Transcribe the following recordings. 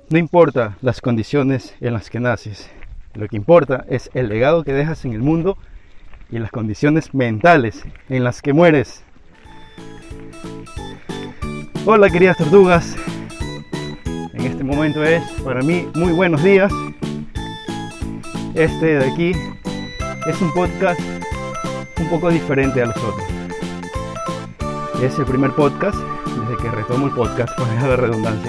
No importa las condiciones en las que naces, lo que importa es el legado que dejas en el mundo y las condiciones mentales en las que mueres. Hola queridas tortugas, en este momento es para mí muy buenos días. Este de aquí es un podcast un poco diferente a los otros. Es el primer podcast desde que retomo el podcast, por la redundancia,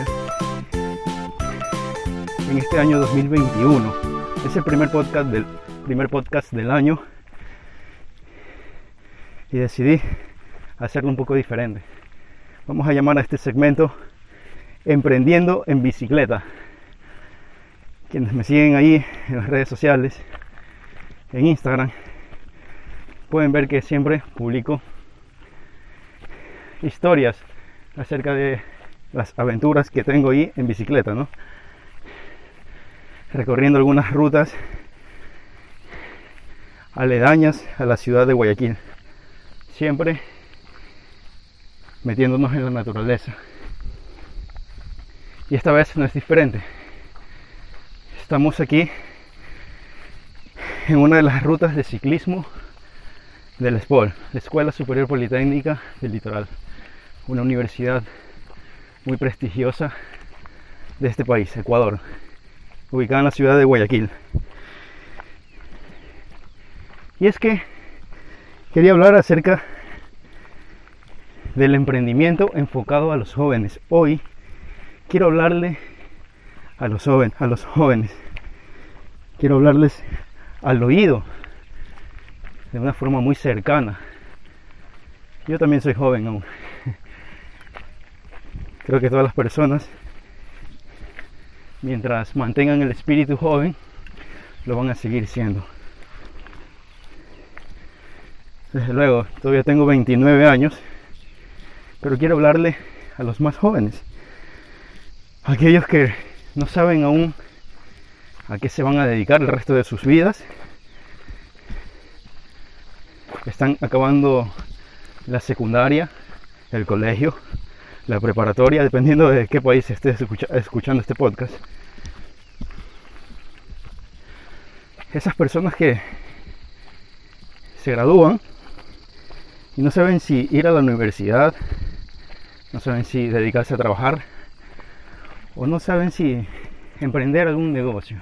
en este año 2021. Es el primer podcast del año y decidí hacerlo un poco diferente. Vamos a llamar a este segmento Emprendiendo en Bicicleta. Quienes me siguen ahí en las redes sociales, en Instagram, pueden ver que siempre publico historias acerca de las aventuras que tengo ahí en bicicleta, ¿no? Recorriendo algunas rutas aledañas a la ciudad de Guayaquil, siempre metiéndonos en la naturaleza. Y esta vez no es diferente. Estamos aquí en una de las rutas de ciclismo del SPOL, la Escuela Superior Politécnica del Litoral, una universidad muy prestigiosa de este país, Ecuador, ubicada en la ciudad de Guayaquil. Y es que quería hablar acerca del emprendimiento enfocado a los jóvenes. Hoy quiero hablarle a los jóvenes. Quiero hablarles al oído de una forma muy cercana. Yo también soy joven aún. Creo que todas las personas, mientras mantengan el espíritu joven, lo van a seguir siendo. Desde luego, todavía tengo 29 años, pero quiero hablarle a los más jóvenes, aquellos que no saben aún a qué se van a dedicar el resto de sus vidas. Están acabando la secundaria, el colegio, la preparatoria, dependiendo de qué país estés escuchando este podcast. Esas personas que se gradúan y no saben si ir a la universidad, no saben si dedicarse a trabajar o no saben si emprender algún negocio.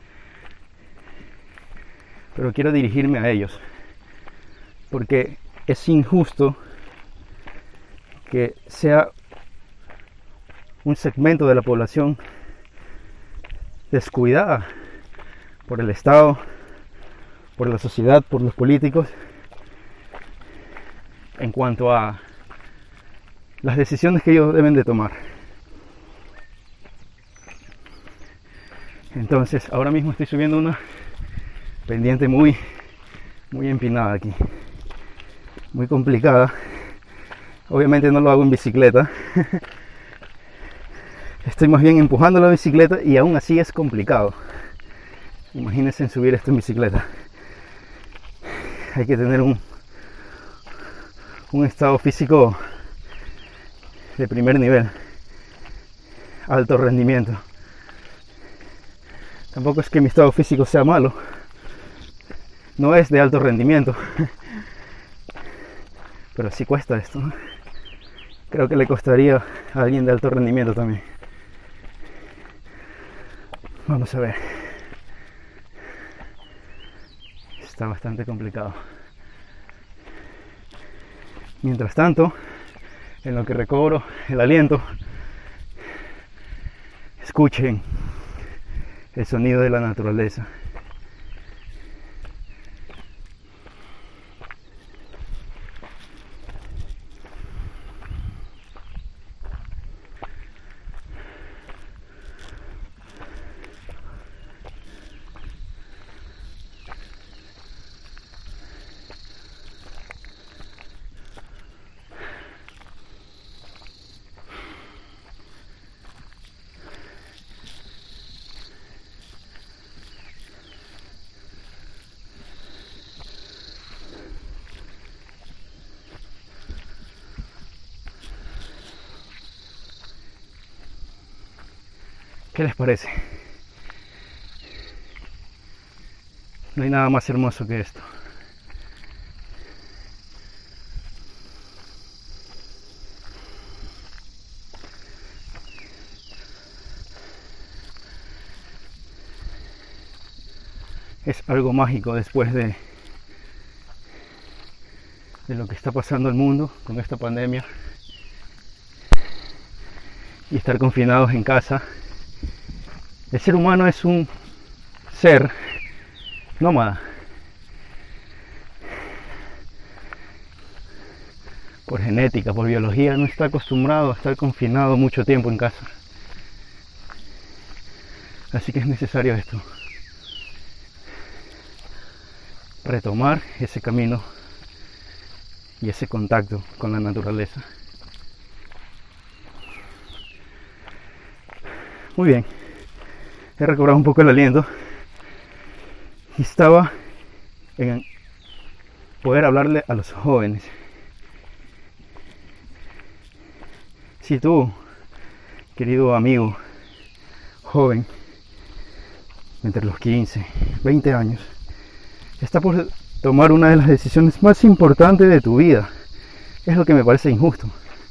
Pero quiero dirigirme a ellos, porque es injusto que sea un segmento de la población descuidada por el Estado, por la sociedad, por los políticos, en cuanto a las decisiones que ellos deben de tomar. Entonces, ahora mismo estoy subiendo una pendiente muy empinada aquí, muy complicada. Obviamente no lo hago en bicicleta. Estoy más bien empujando la bicicleta y aún así es complicado. Imagínense en subir esto en bicicleta. Hay que tener un estado físico de primer nivel, alto rendimiento. Tampoco es que mi estado físico sea malo, no es de alto rendimiento, pero sí cuesta esto, ¿no? Creo que le costaría a alguien de alto rendimiento también. Vamos a ver. Está bastante complicado. Mientras tanto, en lo que recobro el aliento, escuchen el sonido de la naturaleza. ¿Qué les parece? No hay nada más hermoso que esto. Es algo mágico después de lo que está pasando el mundo con esta pandemia y estar confinados en casa. El ser humano es un ser nómada. Por genética, por biología, no está acostumbrado a estar confinado mucho tiempo en casa. Así que es necesario esto. Retomar ese camino y ese contacto con la naturaleza. Muy bien, he recobrado un poco el aliento y estaba en poder hablarle a los jóvenes. Si tú, querido amigo joven, entre los 15, 20 años, está por tomar una de las decisiones más importantes de tu vida, es lo que me parece injusto.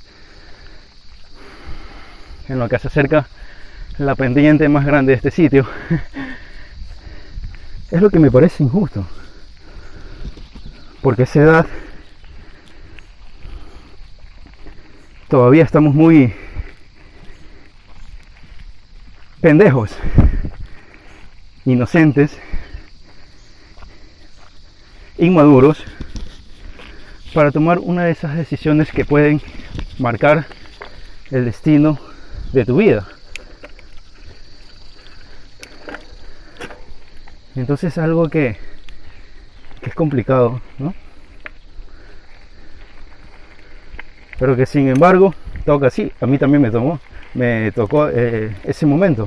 En lo que se acerca la pendiente más grande de este sitio, es lo que me parece injusto, porque a esa edad todavía estamos muy pendejos, inocentes, inmaduros para tomar una de esas decisiones que pueden marcar el destino de tu vida. Entonces es algo que es complicado, ¿no? Pero que sin embargo toca así. A mí también me tocó ese momento.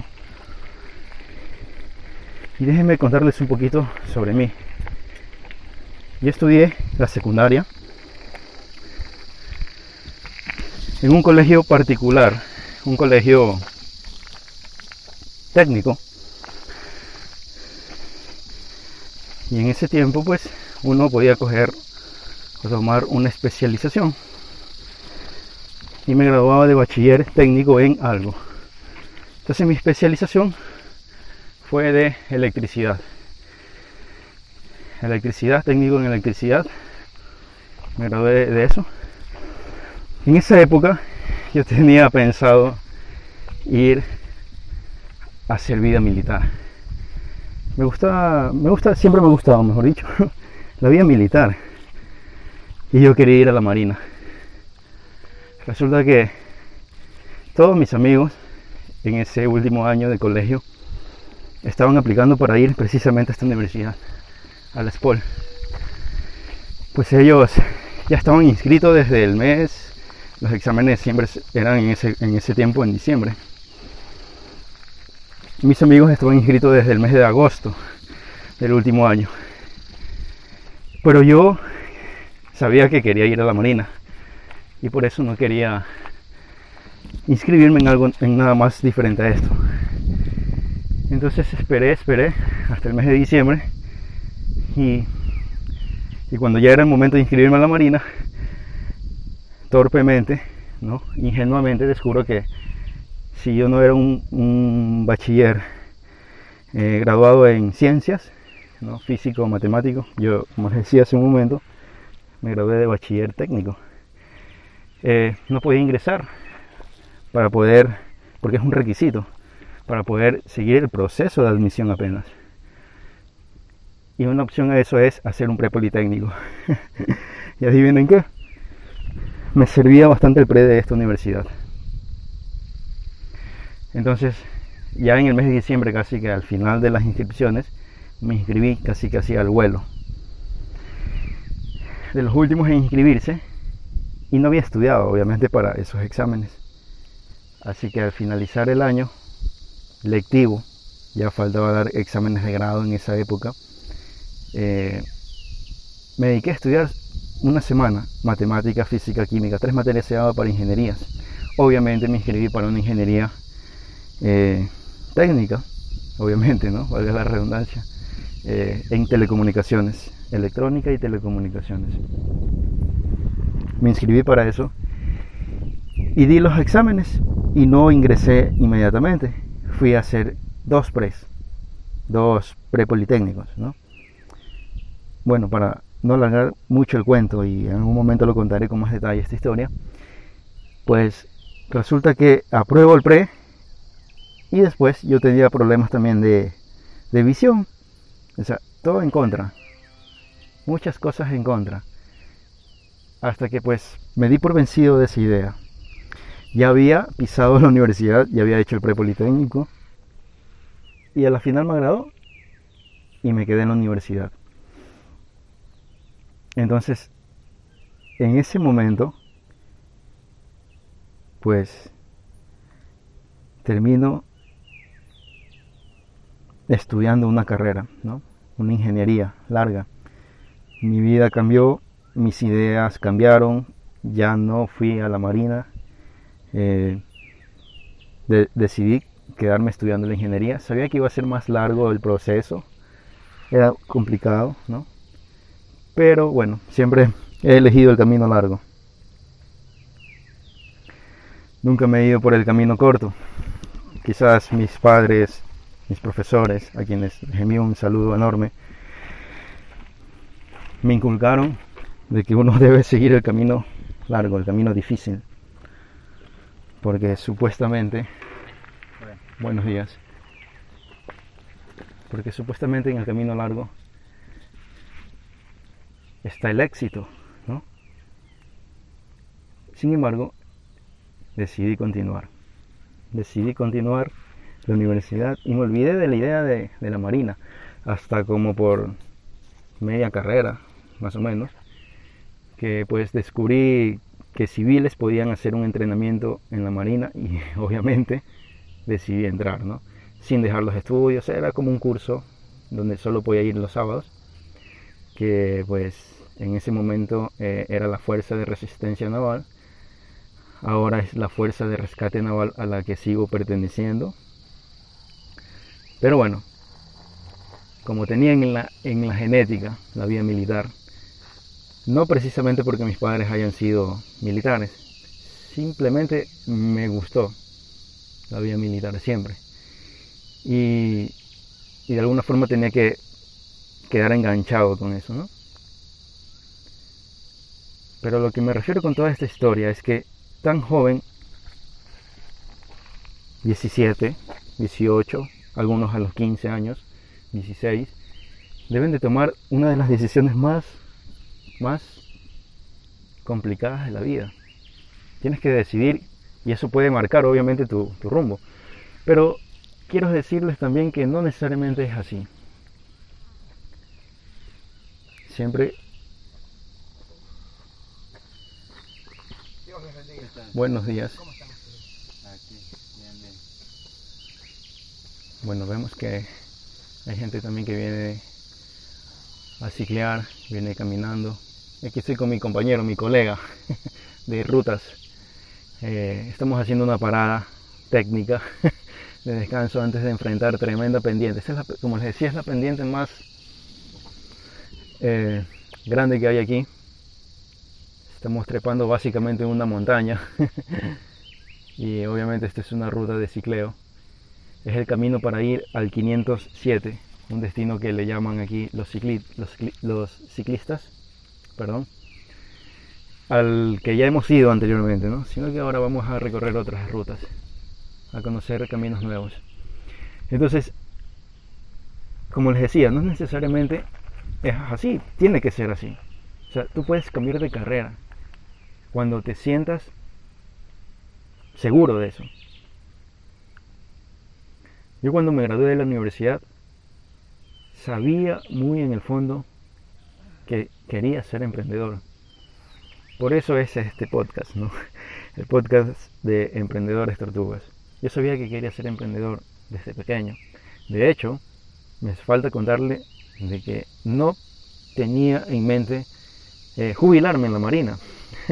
Y déjenme contarles un poquito sobre mí. Yo estudié la secundaria en un colegio particular, un colegio técnico. Y en ese tiempo pues uno podía coger o tomar una especialización. Y me graduaba de bachiller técnico en algo. Entonces mi especialización fue de electricidad. Técnico en electricidad. Me gradué de eso. En esa época yo tenía pensado ir a hacer vida militar. Siempre me ha gustado, mejor dicho, la vida militar. Y yo quería ir a la Marina. Resulta que todos mis amigos en ese último año de colegio estaban aplicando para ir precisamente a esta universidad, a la SPOL. Pues ellos ya estaban inscritos desde el mes, los exámenes siempre eran en ese tiempo, en diciembre. Mis amigos estaban inscritos desde el mes de agosto del último año. Pero yo sabía que quería ir a la Marina y por eso no quería inscribirme en nada más diferente a esto. Entonces esperé hasta el mes de diciembre y cuando ya era el momento de inscribirme a la Marina, torpemente, ¿no? Ingenuamente descubro que si yo no era un bachiller graduado en ciencias, ¿no? Físico, matemático, yo, como les decía hace un momento, me gradué de bachiller técnico. No podía ingresar porque es un requisito para poder seguir el proceso de admisión apenas. Y una opción a eso es hacer un prepolitécnico. Y adivinen qué, me servía bastante el pre de esta universidad. Entonces, ya en el mes de diciembre, casi que al final de las inscripciones, me inscribí casi al vuelo. De los últimos en inscribirse, y no había estudiado obviamente para esos exámenes. Así que al finalizar el año lectivo, ya faltaba dar exámenes de grado en esa época, me dediqué a estudiar una semana matemática, física, química. 3 materias se daban para ingenierías. Obviamente me inscribí para una ingeniería técnica, obviamente, ¿no? Valga la redundancia, en telecomunicaciones, electrónica y telecomunicaciones. Me inscribí para eso y di los exámenes y no ingresé inmediatamente. Fui a hacer dos prepolitécnicos, ¿no? Bueno, para no alargar mucho el cuento, y en algún momento lo contaré con más detalle esta historia, pues resulta que apruebo el pre y después yo tenía problemas también de visión. O sea, todo en contra, muchas cosas en contra, hasta que pues me di por vencido de esa idea. Ya había pisado la universidad, ya había hecho el prepolitécnico y a la final me agradó y me quedé en la universidad. Entonces, en ese momento, pues termino estudiando una carrera, ¿no? Una ingeniería larga. Mi vida cambió, mis ideas cambiaron, ya no fui a la Marina. Decidí quedarme estudiando la ingeniería. Sabía que iba a ser más largo el proceso, era complicado, ¿no? Pero bueno, siempre he elegido el camino largo. Nunca me he ido por el camino corto. Quizás mis padres, mis profesores, a quienes les envío un saludo enorme, me inculcaron de que uno debe seguir el camino largo, el camino difícil. Porque supuestamente, buenos días, porque supuestamente en el camino largo está el éxito, ¿no? Sin embargo, decidí continuar la universidad y me olvidé de la idea de la Marina, hasta como por media carrera, más o menos, que pues descubrí que civiles podían hacer un entrenamiento en la Marina y obviamente decidí entrar, ¿no? Sin dejar los estudios. Era como un curso donde solo podía ir los sábados, que pues en ese momento era la Fuerza de Resistencia Naval. Ahora es la Fuerza de Rescate Naval, a la que sigo perteneciendo. Pero bueno, como tenía en la genética la vía militar, no precisamente porque mis padres hayan sido militares, simplemente me gustó la vía militar siempre. Y de alguna forma tenía que quedar enganchado con eso, ¿no? Pero lo que me refiero con toda esta historia es que tan joven, 17, 18, algunos a los 15 años, 16, deben de tomar una de las decisiones más complicadas de la vida. Tienes que decidir, y eso puede marcar obviamente tu rumbo. Pero quiero decirles también que no necesariamente es así. Siempre... Buenos días. ¿Cómo están ustedes? Aquí, bien. Bueno, vemos que hay gente también que viene a ciclear, viene caminando. Aquí estoy con mi compañero, mi colega de rutas. Estamos haciendo una parada técnica de descanso antes de enfrentar tremenda pendiente. Esta es como les decía, es la pendiente más grande que hay aquí. Estamos trepando básicamente en una montaña y obviamente esta es una ruta de cicleo. Es el camino para ir al 507, un destino que le llaman aquí los ciclistas, al que ya hemos ido anteriormente, ¿no? Sino que ahora vamos a recorrer otras rutas, a conocer caminos nuevos. Entonces, como les decía, no necesariamente es así, tiene que ser así. O sea, tú puedes cambiar de carrera cuando te sientas seguro de eso. Yo cuando me gradué de la universidad sabía muy en el fondo que quería ser emprendedor. Por eso es este podcast, ¿no? El podcast de Emprendedores Tortugas. Yo sabía que quería ser emprendedor desde pequeño. De hecho, me falta contarle de que no tenía en mente jubilarme en la Marina.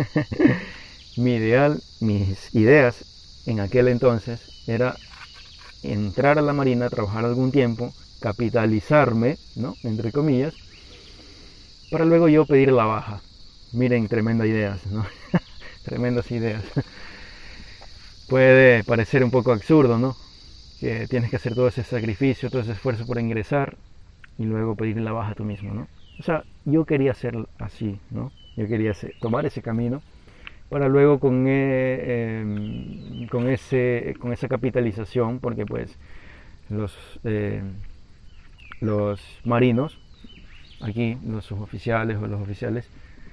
Mi ideal, mis ideas en aquel entonces era entrar a la Marina, trabajar algún tiempo, capitalizarme, ¿no? Entre comillas, para luego yo pedir la baja. Miren, tremendas ideas, ¿no? Tremendas ideas. Puede parecer un poco absurdo, ¿no? Que tienes que hacer todo ese sacrificio, todo ese esfuerzo por ingresar y luego pedir la baja tú mismo, ¿no? O sea, yo quería hacer así, ¿no? Yo quería tomar ese camino para luego con esa capitalización, porque pues los marinos, aquí los suboficiales o los oficiales,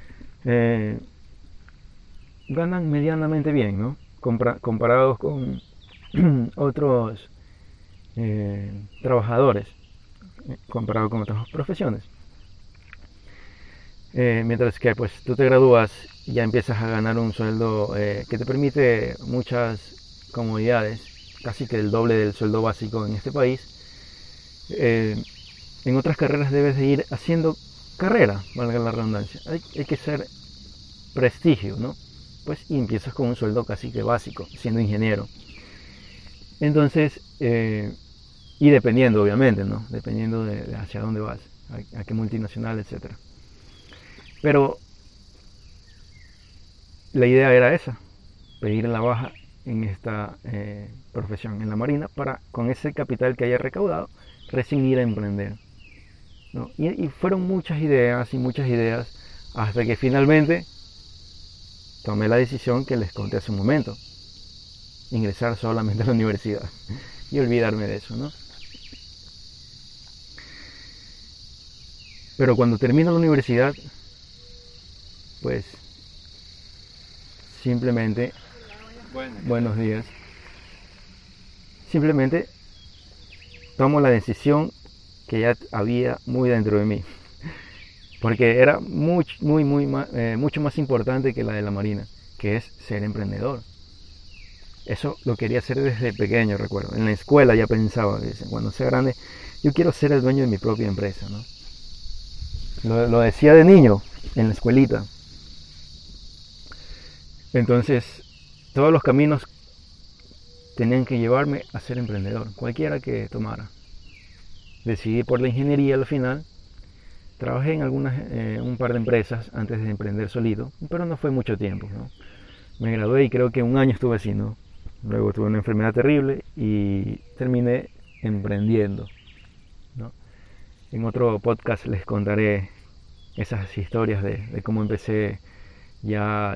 ganan medianamente bien, ¿no? Comparados con otros trabajadores, comparado con otras profesiones. Mientras que pues tú te gradúas y ya empiezas a ganar un sueldo que te permite muchas comodidades, casi que el doble del sueldo básico en este país. En otras carreras debes de ir haciendo carrera, valga la redundancia. Hay que ser prestigio, ¿no? Pues y empiezas con un sueldo casi que básico, siendo ingeniero. Entonces, y dependiendo obviamente, ¿no? Dependiendo de hacia dónde vas, a qué multinacional, etcétera. Pero la idea era esa, pedir la baja en esta profesión, en la Marina, para con ese capital que haya recaudado, recién ir a emprender, ¿no? Y fueron muchas ideas, hasta que finalmente tomé la decisión que les conté hace un momento, ingresar solamente a la universidad y olvidarme de eso, ¿no? Pero cuando termino la universidad, pues simplemente, buenos días, simplemente tomo la decisión que ya había muy dentro de mí, porque era mucho más importante que la de la Marina, que es ser emprendedor. Eso lo quería hacer desde pequeño, recuerdo. En la escuela ya pensaba, cuando sea grande, yo quiero ser el dueño de mi propia empresa, ¿no? Lo decía de niño, en la escuelita. Entonces, todos los caminos tenían que llevarme a ser emprendedor, cualquiera que tomara. Decidí por la ingeniería al final. Trabajé en un par de empresas antes de emprender solito, pero no fue mucho tiempo, ¿no? Me gradué y creo que un año estuve así, ¿no? Luego tuve una enfermedad terrible y terminé emprendiendo, ¿no? En otro podcast les contaré esas historias de cómo empecé ya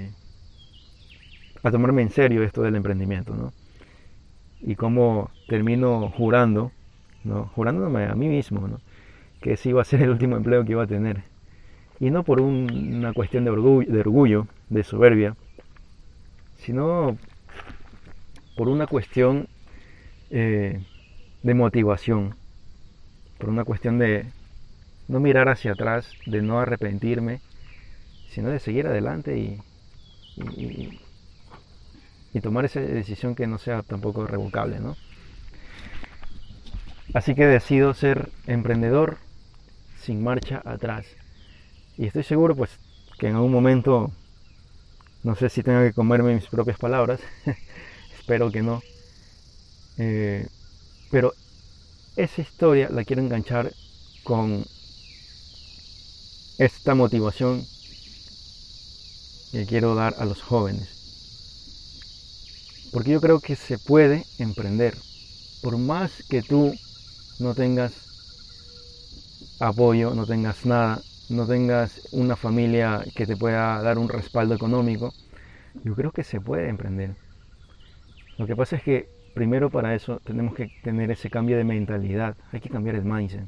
a tomarme en serio esto del emprendimiento, ¿no? Y cómo termino jurando, ¿no? Jurándome a mí mismo, ¿no? Que ese iba a ser el último empleo que iba a tener. Y no por una cuestión de orgullo, de soberbia, sino por una cuestión de motivación, por una cuestión de no mirar hacia atrás, de no arrepentirme, sino de seguir adelante y tomar esa decisión que no sea tampoco revocable, ¿no? Así que decido ser emprendedor sin marcha atrás. Y estoy seguro pues que en algún momento, no sé si tenga que comerme mis propias palabras, espero que no, pero esa historia la quiero enganchar con esta motivación que quiero dar a los jóvenes, porque yo creo que se puede emprender, por más que tú no tengas apoyo, no tengas nada, no tengas una familia que te pueda dar un respaldo económico. Yo creo que se puede emprender. Lo que pasa es que primero para eso tenemos que tener ese cambio de mentalidad, hay que cambiar el mindset.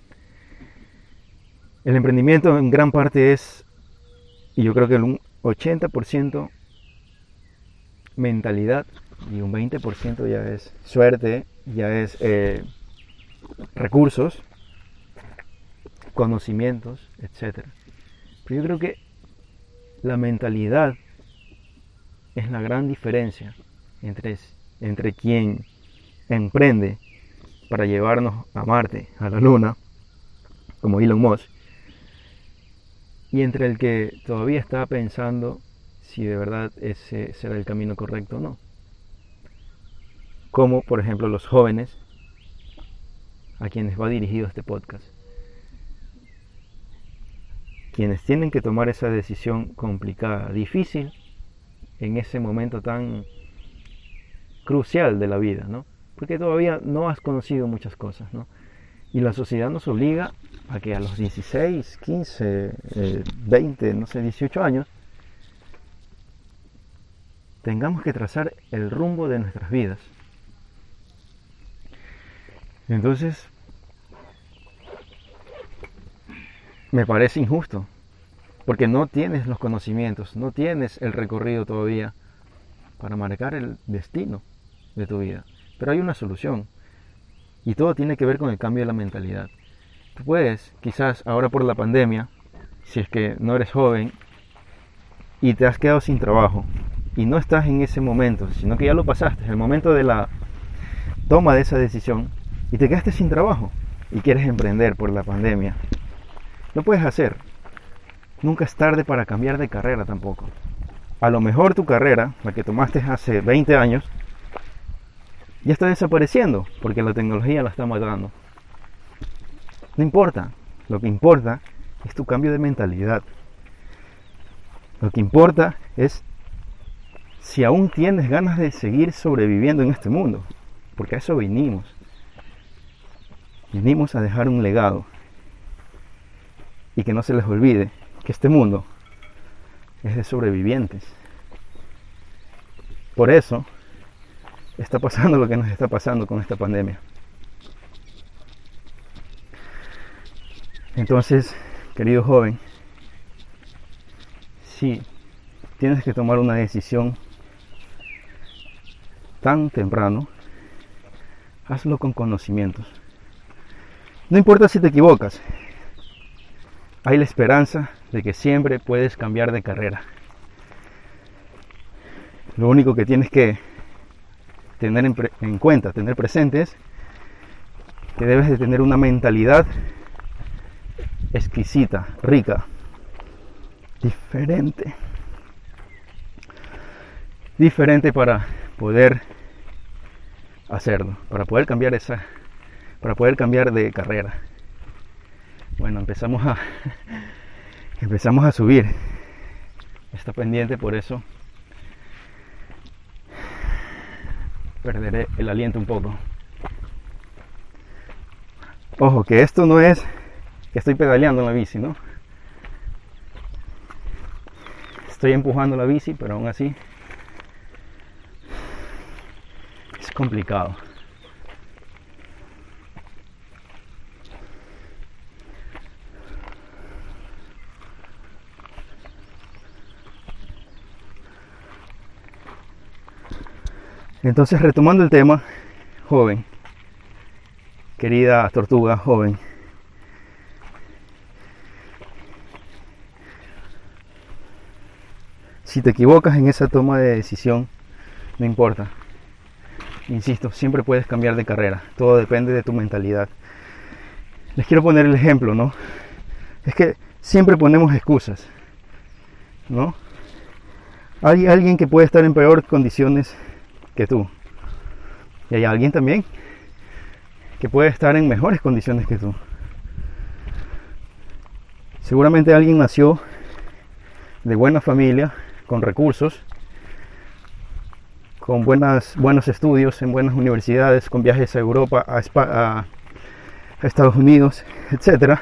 El emprendimiento en gran parte es, y yo creo que un 80% mentalidad y un 20% ya es suerte, ya es recursos, conocimientos, etc. Pero yo creo que la mentalidad es la gran diferencia entre quien emprende para llevarnos a Marte, a la Luna, como Elon Musk, y entre el que todavía está pensando si de verdad ese será el camino correcto o no. como por ejemplo los jóvenes a quienes va dirigido este podcast, quienes tienen que tomar esa decisión complicada, difícil, en ese momento tan crucial de la vida, ¿no? Porque todavía no has conocido muchas cosas, ¿no? Y la sociedad nos obliga a que a los 16, 15, 20, no sé, 18 años, tengamos que trazar el rumbo de nuestras vidas. Entonces, me parece injusto, porque no tienes los conocimientos, no tienes el recorrido todavía para marcar el destino de tu vida. Pero hay una solución, y todo tiene que ver con el cambio de la mentalidad. Tú puedes, quizás ahora por la pandemia, si es que no eres joven y te has quedado sin trabajo, y no estás en ese momento, sino que ya lo pasaste, el momento de la toma de esa decisión, y te quedaste sin trabajo, y quieres emprender por la pandemia, lo puedes hacer. Nunca es tarde para cambiar de carrera tampoco. A lo mejor tu carrera, la que tomaste hace 20 años, ya está desapareciendo porque la tecnología la está matando. No importa, lo que importa es tu cambio de mentalidad. Lo que importa es si aún tienes ganas de seguir sobreviviendo en este mundo, porque a eso vinimos. Vinimos a dejar un legado. Y que no se les olvide que este mundo es de sobrevivientes. Por eso está pasando lo que nos está pasando con esta pandemia. Entonces, querido joven, si tienes que tomar una decisión tan temprano, hazlo con conocimientos. No importa si te equivocas, hay la esperanza de que siempre puedes cambiar de carrera. Lo único que tienes que tener en cuenta, tener presente es que debes de tener una mentalidad exquisita, rica, diferente para poder hacerlo, para poder cambiar de carrera. Bueno, empezamos a subir esta pendiente, por eso perderé el aliento un poco. Ojo, que esto no es que estoy pedaleando en la bici, ¿no? Estoy empujando la bici, pero aún así es complicado. Entonces, retomando el tema, joven, querida tortuga joven, si te equivocas en esa toma de decisión, no importa. Insisto, siempre puedes cambiar de carrera. Todo depende de tu mentalidad. Les quiero poner el ejemplo, ¿no? Es que siempre ponemos excusas, ¿no? Hay alguien que puede estar en peores condiciones que tú. Y hay alguien también que puede estar en mejores condiciones que tú. Seguramente alguien nació de buena familia, con recursos, con buenos estudios en buenas universidades, con viajes a Europa, a Estados Unidos, etc.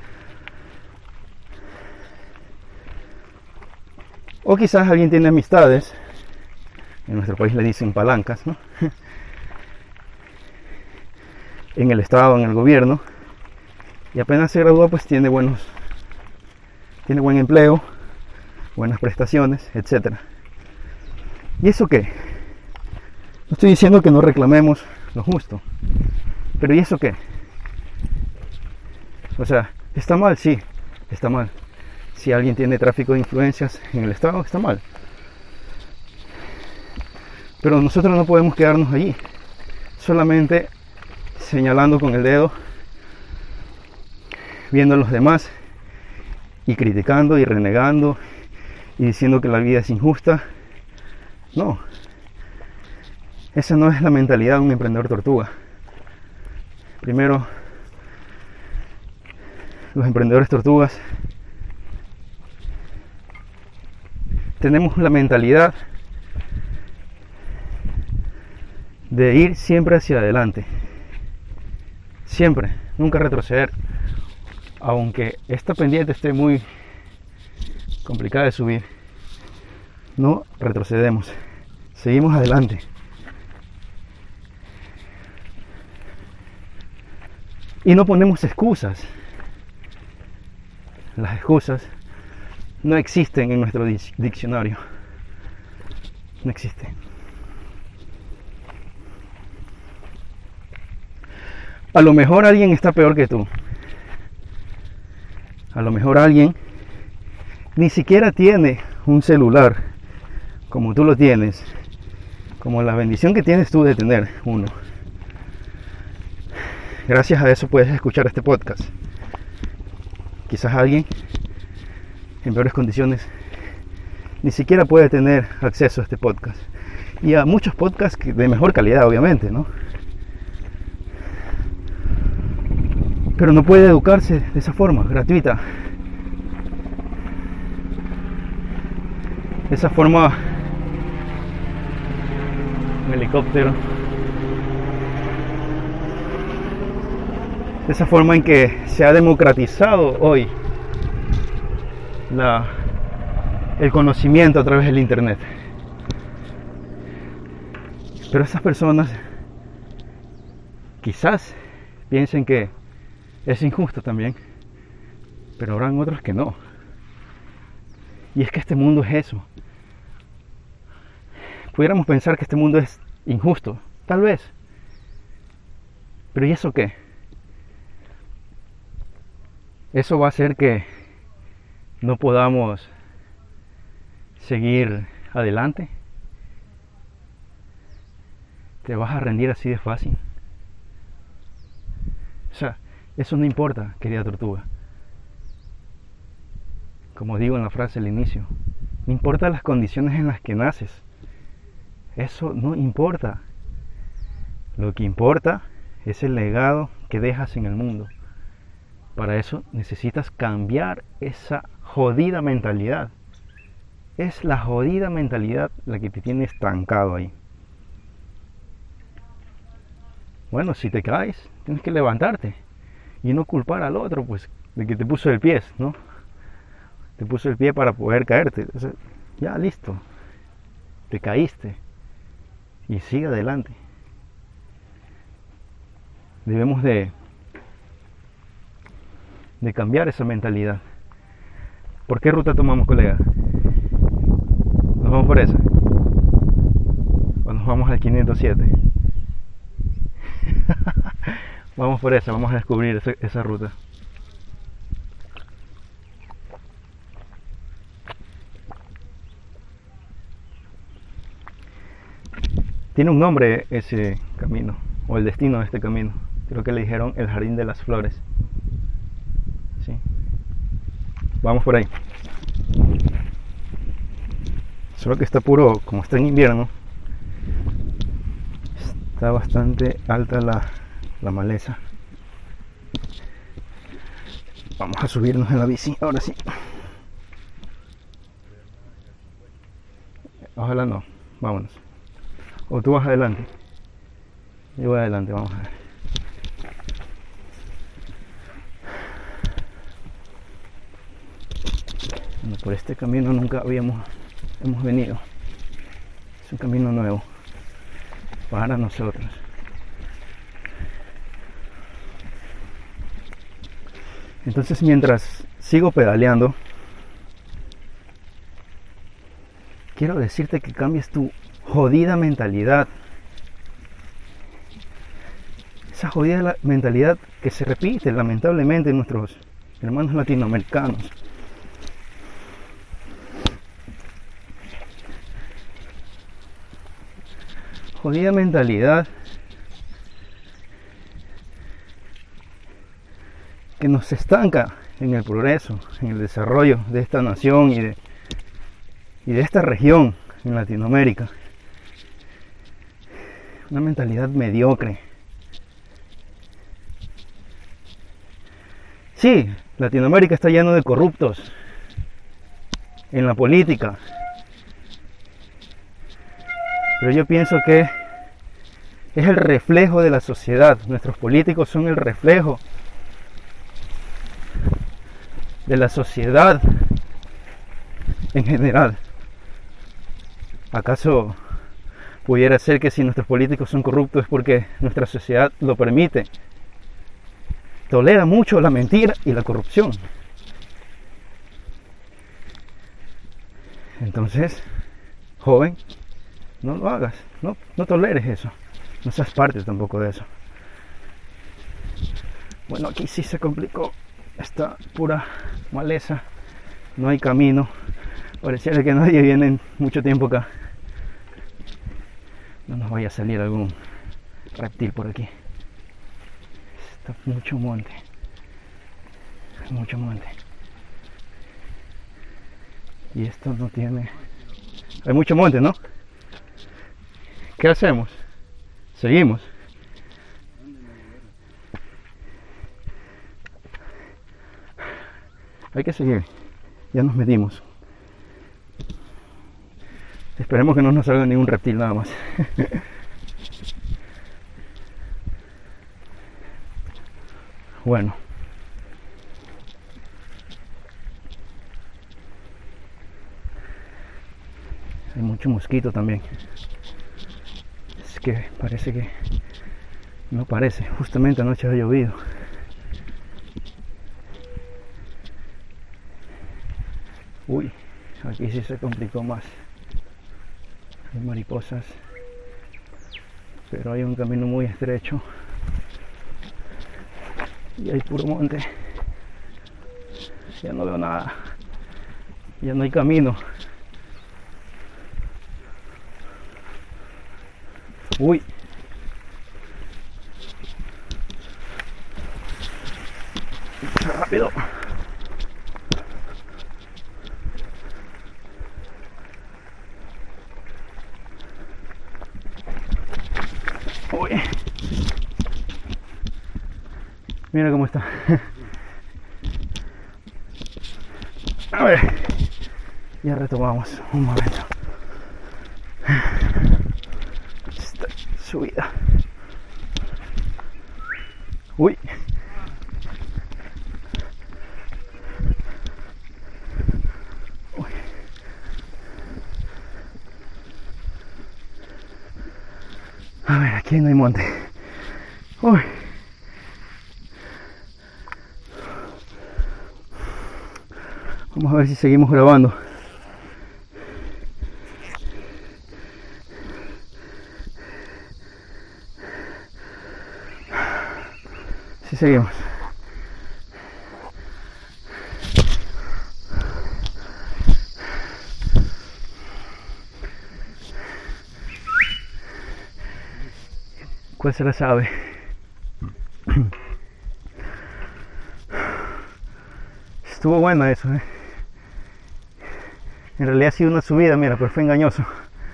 O quizás alguien tiene amistades, en nuestro país le dicen palancas, ¿no? En el Estado, en el gobierno, y apenas se gradúa pues tiene buen empleo, buenas prestaciones, etc. ¿Y eso qué? No estoy diciendo que no reclamemos lo justo, pero ¿y eso qué? O sea, ¿está mal? Sí, está mal. Si alguien tiene tráfico de influencias en el Estado, está mal. Pero nosotros no podemos quedarnos allí, solamente señalando con el dedo, viendo a los demás y criticando y renegando y diciendo que la vida es injusta. No. Esa no es la mentalidad de un emprendedor tortuga. Primero, los emprendedores tortugas tenemos la mentalidad de ir siempre hacia adelante, siempre, nunca retroceder. Aunque esta pendiente esté muy complicada de subir, no retrocedemos, seguimos adelante. Y no ponemos excusas. Las excusas no existen en nuestro diccionario. No existen. A lo mejor alguien está peor que tú. A lo mejor alguien ni siquiera tiene un celular como tú lo tienes, como la bendición que tienes tú de tener uno. Gracias a eso puedes escuchar este podcast. Quizás alguien en peores condiciones ni siquiera puede tener acceso a este podcast, y a muchos podcasts de mejor calidad, obviamente, ¿no? Pero no puede educarse de esa forma, gratuita. De esa forma, un helicóptero. De esa forma en que se ha democratizado hoy el conocimiento a través del internet. Pero esas personas quizás piensen que es injusto también, pero habrán otros que no. Y es que este mundo es eso. Pudiéramos pensar que este mundo es injusto, tal vez. Pero ¿y eso qué? Eso va a hacer que no podamos seguir adelante. ¿Te vas a rendir así de fácil? O sea, eso no importa, querida tortuga. Como digo en la frase al inicio, no importa las condiciones en las que naces. Eso no importa. Lo que importa es el legado que dejas en el mundo. Para eso necesitas cambiar esa jodida mentalidad. Es la jodida mentalidad la que te tiene estancado ahí. Bueno, si te caes, tienes que levantarte y no culpar al otro, pues, de que te puso el pie, ¿no? Te puso el pie para poder caerte. O sea, ya, listo. Te caíste y sigue adelante. Debemos de cambiar esa mentalidad. ¿Por qué ruta tomamos, colega? ¿Nos vamos por esa? ¿O nos vamos al 507? Vamos por esa, vamos a descubrir esa ruta. Tiene un nombre ese camino, o el destino de este camino. Creo que le dijeron el Jardín de las Flores. ¿Sí? Vamos por ahí. Solo que está puro, como está en invierno, está bastante alta la maleza. Vamos a subirnos en la bici, ahora sí. Ojalá no, vámonos. O tú vas adelante. Yo voy adelante, vamos a ver. Bueno, por este camino nunca hemos venido. Es un camino nuevo para nosotros. Entonces, mientras sigo pedaleando, quiero decirte que cambies tu jodida mentalidad. Esa jodida mentalidad que se repite lamentablemente en nuestros hermanos latinoamericanos. Jodida mentalidad que nos estanca en el progreso, en el desarrollo de esta nación y de esta región en Latinoamérica. una mentalidad mediocre. Sí, Latinoamérica está lleno de corruptos en la política, pero yo pienso que es el reflejo de la sociedad. Nuestros políticos son el reflejo de la sociedad en general. ¿Acaso pudiera ser que si nuestros políticos son corruptos es porque nuestra sociedad lo permite? Tolera mucho la mentira y la corrupción. Entonces, joven, no lo hagas, no toleres eso, no seas parte tampoco de eso. Bueno, aquí sí se complicó, está pura maleza, no hay camino, pareciera que nadie viene en mucho tiempo acá. No nos vaya a salir algún reptil por aquí. Está mucho monte, y esto no tiene, hay mucho monte, ¿no? ¿Qué hacemos? Seguimos. Hay que seguir, ya nos medimos. Esperemos que no nos salga ningún reptil nada más. Bueno, hay mucho mosquito también. Es que parece que, no parece, justamente anoche ha llovido. Uy, aquí sí se complicó más. Hay mariposas, pero hay un camino muy estrecho y hay puro monte. Ya no veo nada, ya no hay camino. Uy, rápido. Uy, mira cómo está. A ver, ya retomamos un momento esta subida. Uy, a ver, aquí no hay monte. Uy. Vamos a ver si seguimos grabando. Sí, seguimos. ¿Cuál se la sabe? Estuvo buena eso, ¿eh? En realidad ha sido una subida, mira, pero fue engañoso.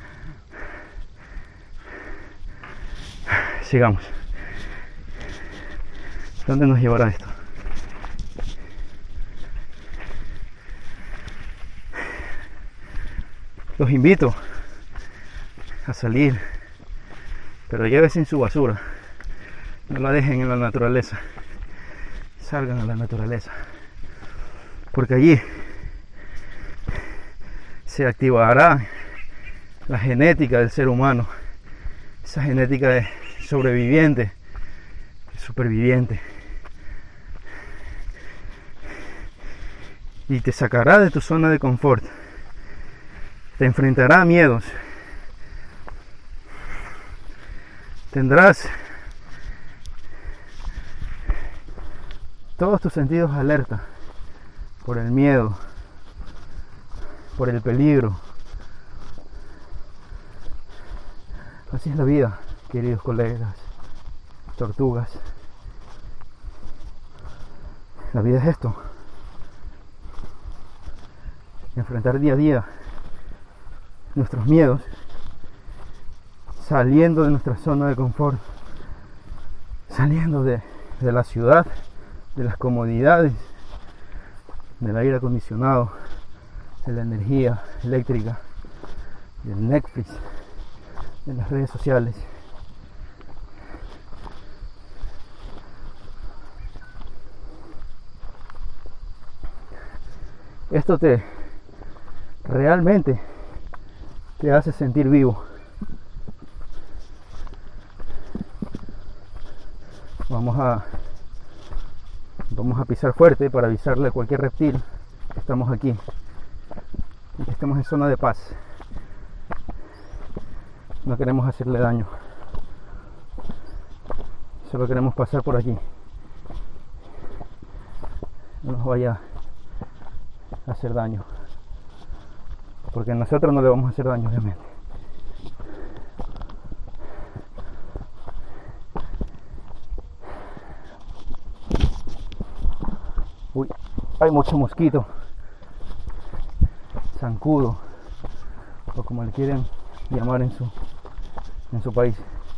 Sigamos. ¿Dónde nos llevará esto? Los invito a salir, pero llévense su basura. No la dejen en la naturaleza. Salgan a la naturaleza, porque allí se activará la genética del ser humano, esa genética de sobreviviente, de superviviente, y te sacará de tu zona de confort, te enfrentará a miedos, tendrás todos tus sentidos alerta por el miedo, por el peligro. Así es la vida, queridos colegas, tortugas. La vida es esto: enfrentar día a día nuestros miedos saliendo de nuestra zona de confort, saliendo de la ciudad, de las comodidades, del aire acondicionado, de la energía eléctrica, del Netflix, de las redes sociales. Esto realmente te hace sentir vivo. Vamos a pisar fuerte para avisarle a cualquier reptil que estamos aquí y que estamos en zona de paz. No queremos hacerle daño, solo queremos pasar por aquí. No nos vaya a hacer daño, porque nosotros no le vamos a hacer daño, obviamente. Uy, hay mucho mosquito, zancudo, o como le quieren llamar en su país.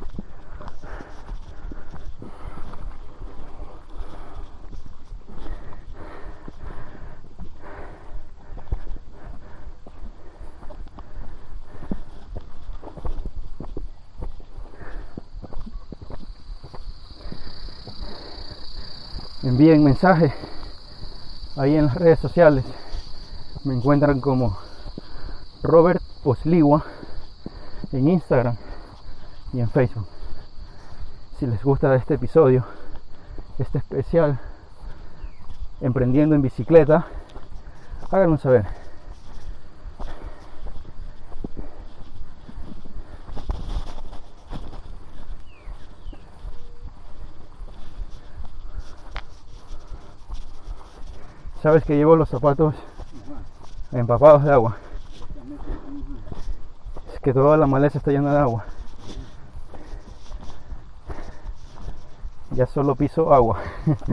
Envíen mensajes ahí en las redes sociales. Me encuentran como Robert Osligua en Instagram y en Facebook. Si les gusta este episodio, este especial Emprendiendo en Bicicleta, háganlo saber. Sabes que llevo los zapatos empapados de agua. Es que toda la maleza está llena de agua. Ya solo piso agua.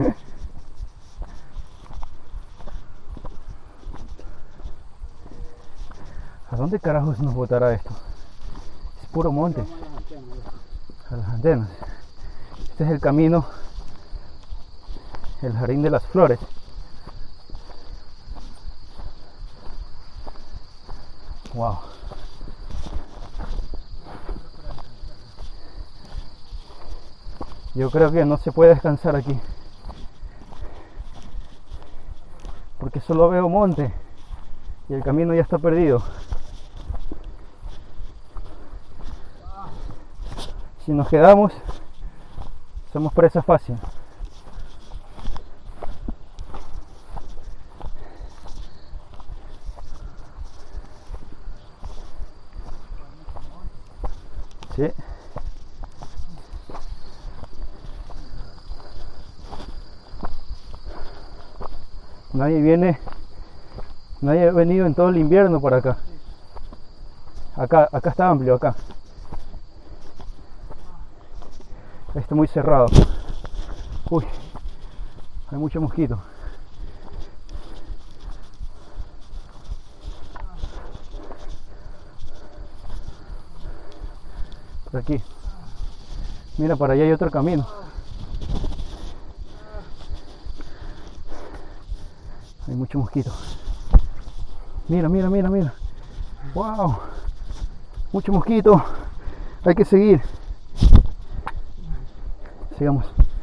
¿A dónde carajos nos botará esto? Es puro monte. A las antenas. Este es el camino, el jardín de las flores. Wow. Yo creo que no se puede descansar aquí, porque solo veo monte y el camino ya está perdido. Si nos quedamos, somos presa fácil. Sí. Nadie ha venido en todo el invierno por acá. Acá está amplio, acá. Está muy cerrado. Uy, hay mucho mosquito. Por aquí. Mira, para allá hay otro camino. Hay mucho mosquito. Mira. Wow. Mucho mosquito. Hay que seguir. Sigamos.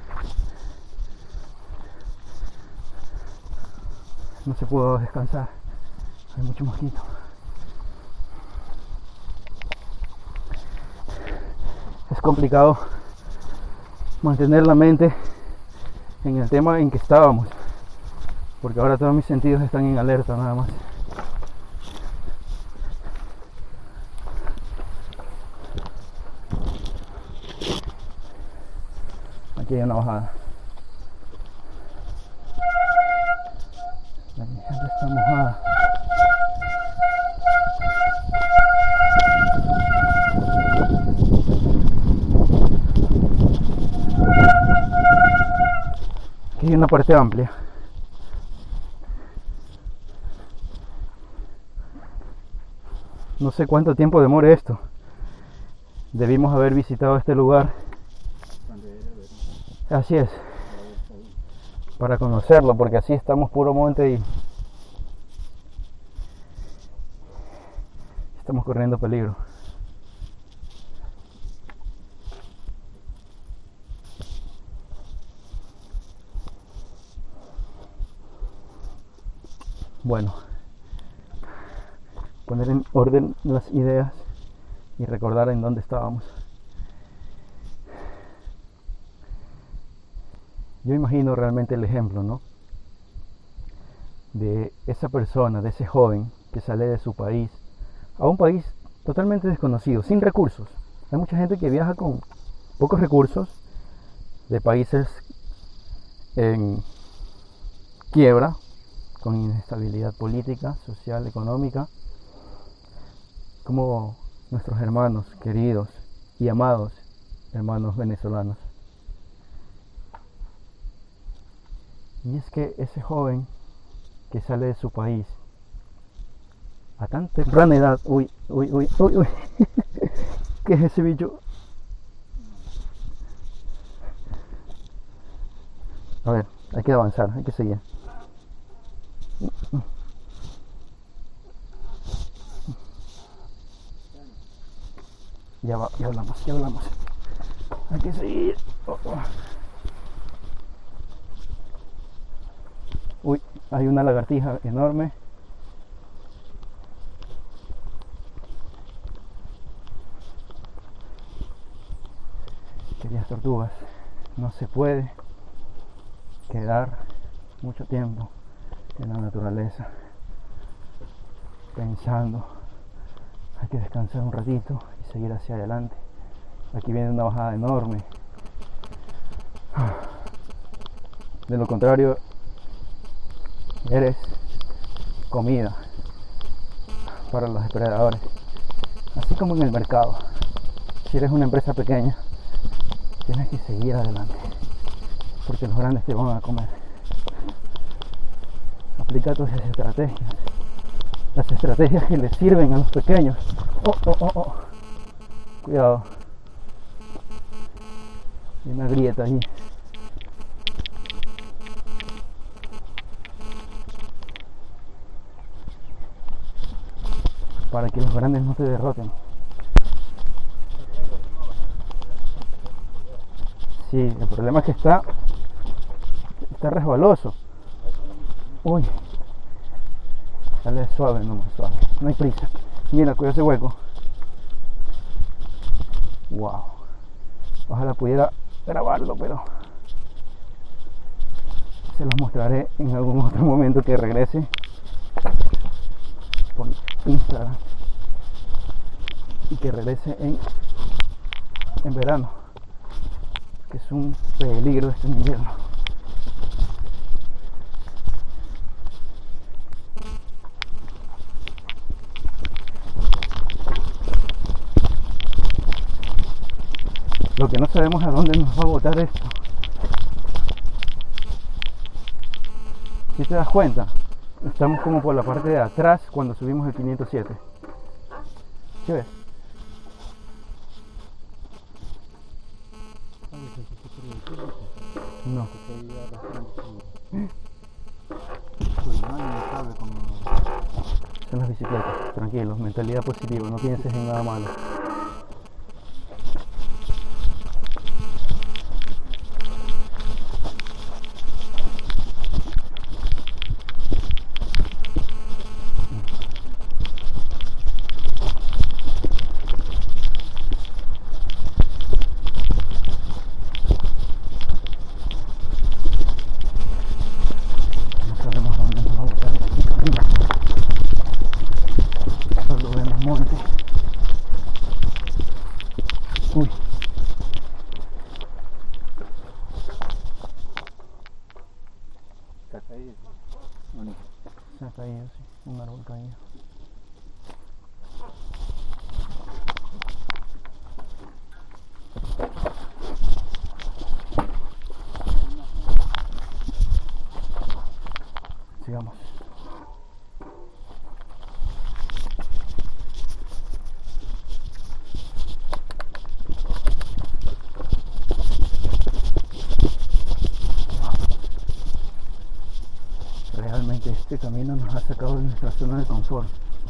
No se pudo descansar. Hay mucho mosquito. Es complicado mantener la mente en el tema en que estábamos, porque ahora todos mis sentidos están en alerta nada más. Aquí hay una bajada. La gente está mojada. Aquí hay una parte amplia. No sé cuánto tiempo demore esto. Debimos haber visitado este lugar, así es, para conocerlo, porque así estamos puro monte y estamos corriendo peligro. Bueno, poner en orden las ideas y recordar en dónde estábamos. Yo imagino realmente el ejemplo, ¿no? De esa persona, de ese joven que sale de su país a un país totalmente desconocido, sin recursos. Hay mucha gente que viaja con pocos recursos de países en quiebra, con inestabilidad política, social, económica, como nuestros hermanos queridos y amados hermanos venezolanos. Y es que ese joven que sale de su país a tan temprana edad, uy, ¿qué es ese bicho? A ver, hay que avanzar, hay que seguir. Ya hablamos. Hay que seguir. Uy, hay una lagartija enorme. Queridas tortugas, no se puede quedar mucho tiempo en la naturaleza pensando. Hay que descansar un ratito y seguir hacia adelante. Aquí viene una bajada enorme. De lo contrario, eres comida para los depredadores. Así como en el mercado. Si eres una empresa pequeña, tienes que seguir adelante, porque los grandes te van a comer. Aplica tus estrategias, las estrategias que les sirven a los pequeños. Cuidado, hay una grieta ahí. Para que los grandes no te derroten. Sí, el problema es que está resbaloso. Uy, dale suave, suave, no hay prisa. Mira, cuida ese hueco. Wow, ojalá pudiera grabarlo, pero se los mostraré en algún otro momento que regrese por Instagram y que regrese en verano, que es un peligro este invierno. Lo que no sabemos a dónde nos va a botar esto. Si te das cuenta, estamos como por la parte de atrás cuando subimos el 507. ¿Qué ves? No. Son las bicicletas, tranquilos, mentalidad positiva, no pienses en nada malo. Uy. Está caído. Se ha caído, sí, un árbol caído. Sigamos. Este camino nos ha sacado de nuestra zona de confort.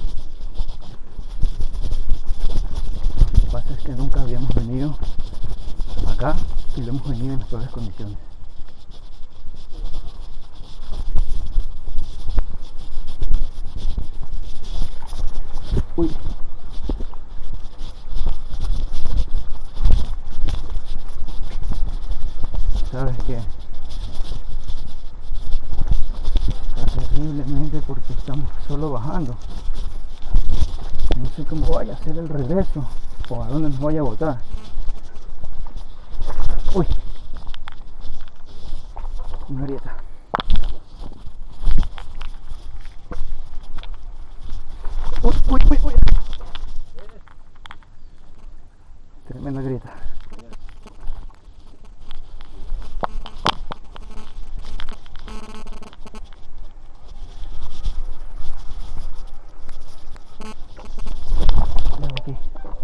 Lo que pasa es que nunca habíamos venido acá y lo hemos venido en las peores condiciones. Uy. ¿Sabes qué? Está terriblemente porque estamos solo bajando. No sé cómo vaya a ser el regreso o a dónde nos vaya a botar. Uy, una grieta. Uy, uy, uy, uy. Tremenda grieta. Aquí.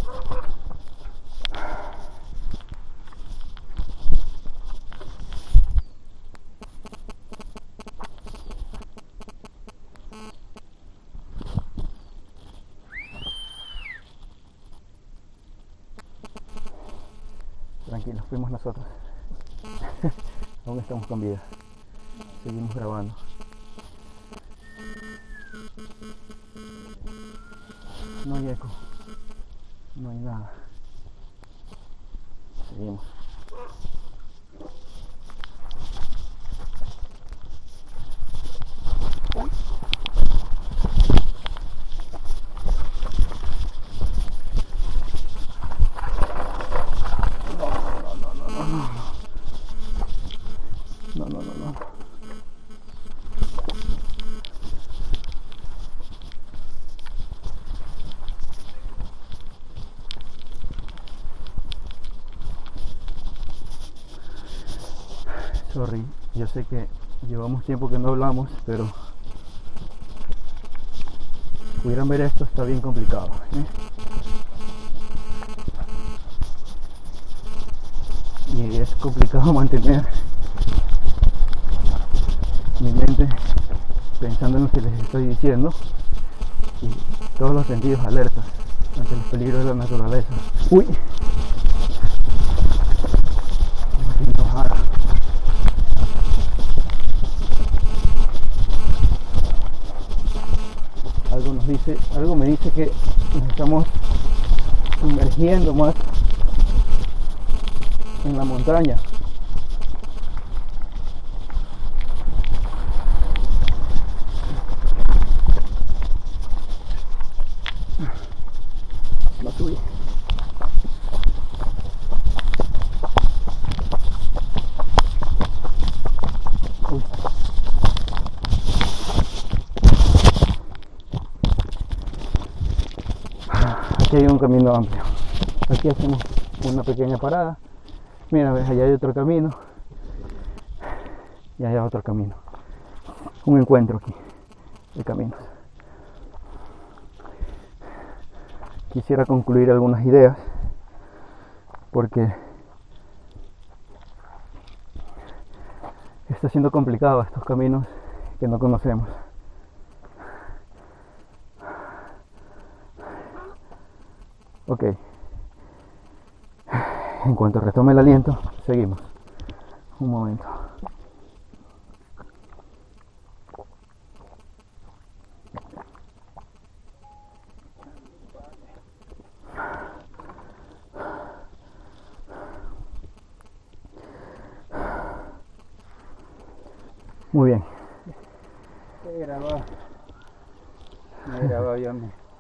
Tranquilos, fuimos nosotros. Aún estamos con vida. Seguimos grabando. No hay eco. No hay nada. Seguimos. Uy. No. Sorry, yo sé que llevamos tiempo que no hablamos, pero pudieran ver esto, está bien complicado, ¿eh? Y es complicado mantener mi mente pensando en lo que les estoy diciendo y todos los sentidos alertas ante los peligros de la naturaleza. Uy, algo me dice que nos estamos sumergiendo más en la montaña. La tuya. Uy. Aquí hay un camino amplio. Aquí hacemos una pequeña parada. Mira, ves, allá hay otro camino. Y allá otro camino. Un encuentro aquí de caminos. Quisiera concluir algunas ideas porque está siendo complicado estos caminos que no conocemos. Ok. En cuanto retome el aliento, seguimos. Un momento. Muy bien. Me grababa yo.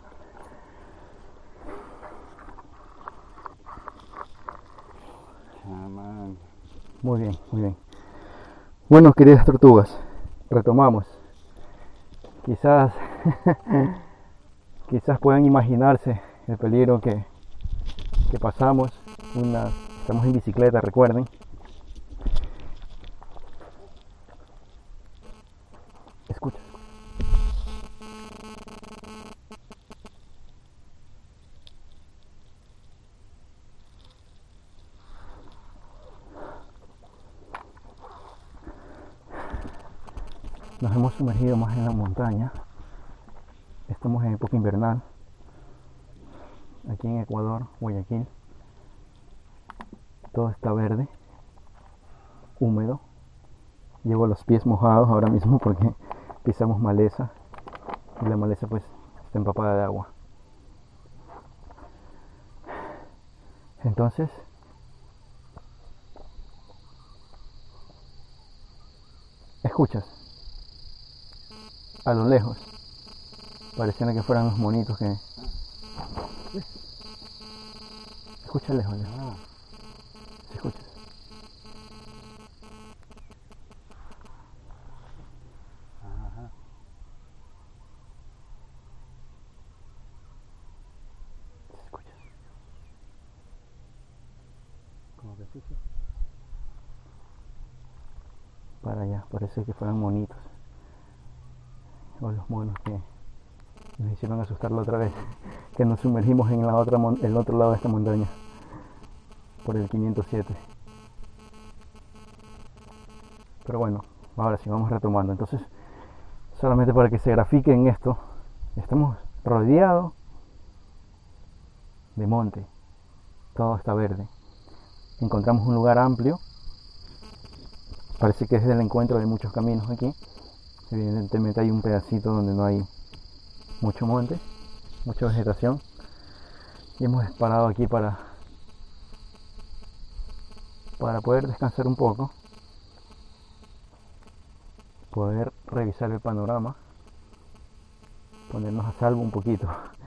Muy bien. Bueno, queridas tortugas, retomamos. Quizás puedan imaginarse el peligro que pasamos. Estamos en bicicleta, recuerden. Escucha. nos hemos sumergido más en la montaña. Estamos en época invernal, aquí en Ecuador, Guayaquil. Todo está verde, húmedo. Llevo los pies mojados ahora mismo porque pisamos maleza y la maleza pues está empapada de agua. Entonces, escuchas a lo lejos, parecían que fueran los monitos que... Escucha lejos, lejos. ¿Se escucha? Ajá. ¿Se escucha? Como que sí, sí. Para allá, parece que fueran monitos. O los monos que nos hicieron asustar la otra vez, que nos sumergimos en el otro lado de esta montaña, por el 507. Pero bueno, ahora sí, vamos retomando. Entonces, solamente para que se grafique en esto, estamos rodeados de monte, todo está verde. Encontramos un lugar amplio, parece que es el encuentro de muchos caminos aquí. Evidentemente hay un pedacito donde no hay mucho monte, mucha vegetación, y hemos parado aquí para poder descansar un poco, poder revisar el panorama, ponernos a salvo un poquito.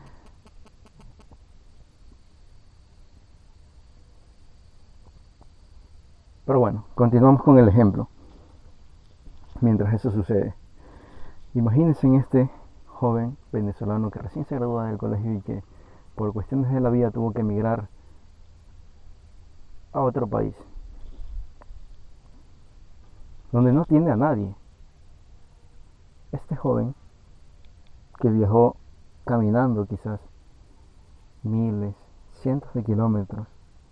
Pero bueno, continuamos con el ejemplo. Mientras eso sucede, imagínense en este joven venezolano que recién se gradúa del colegio y que por cuestiones de la vida tuvo que emigrar a otro país donde no tiene a nadie. Este joven que viajó caminando quizás miles, cientos de kilómetros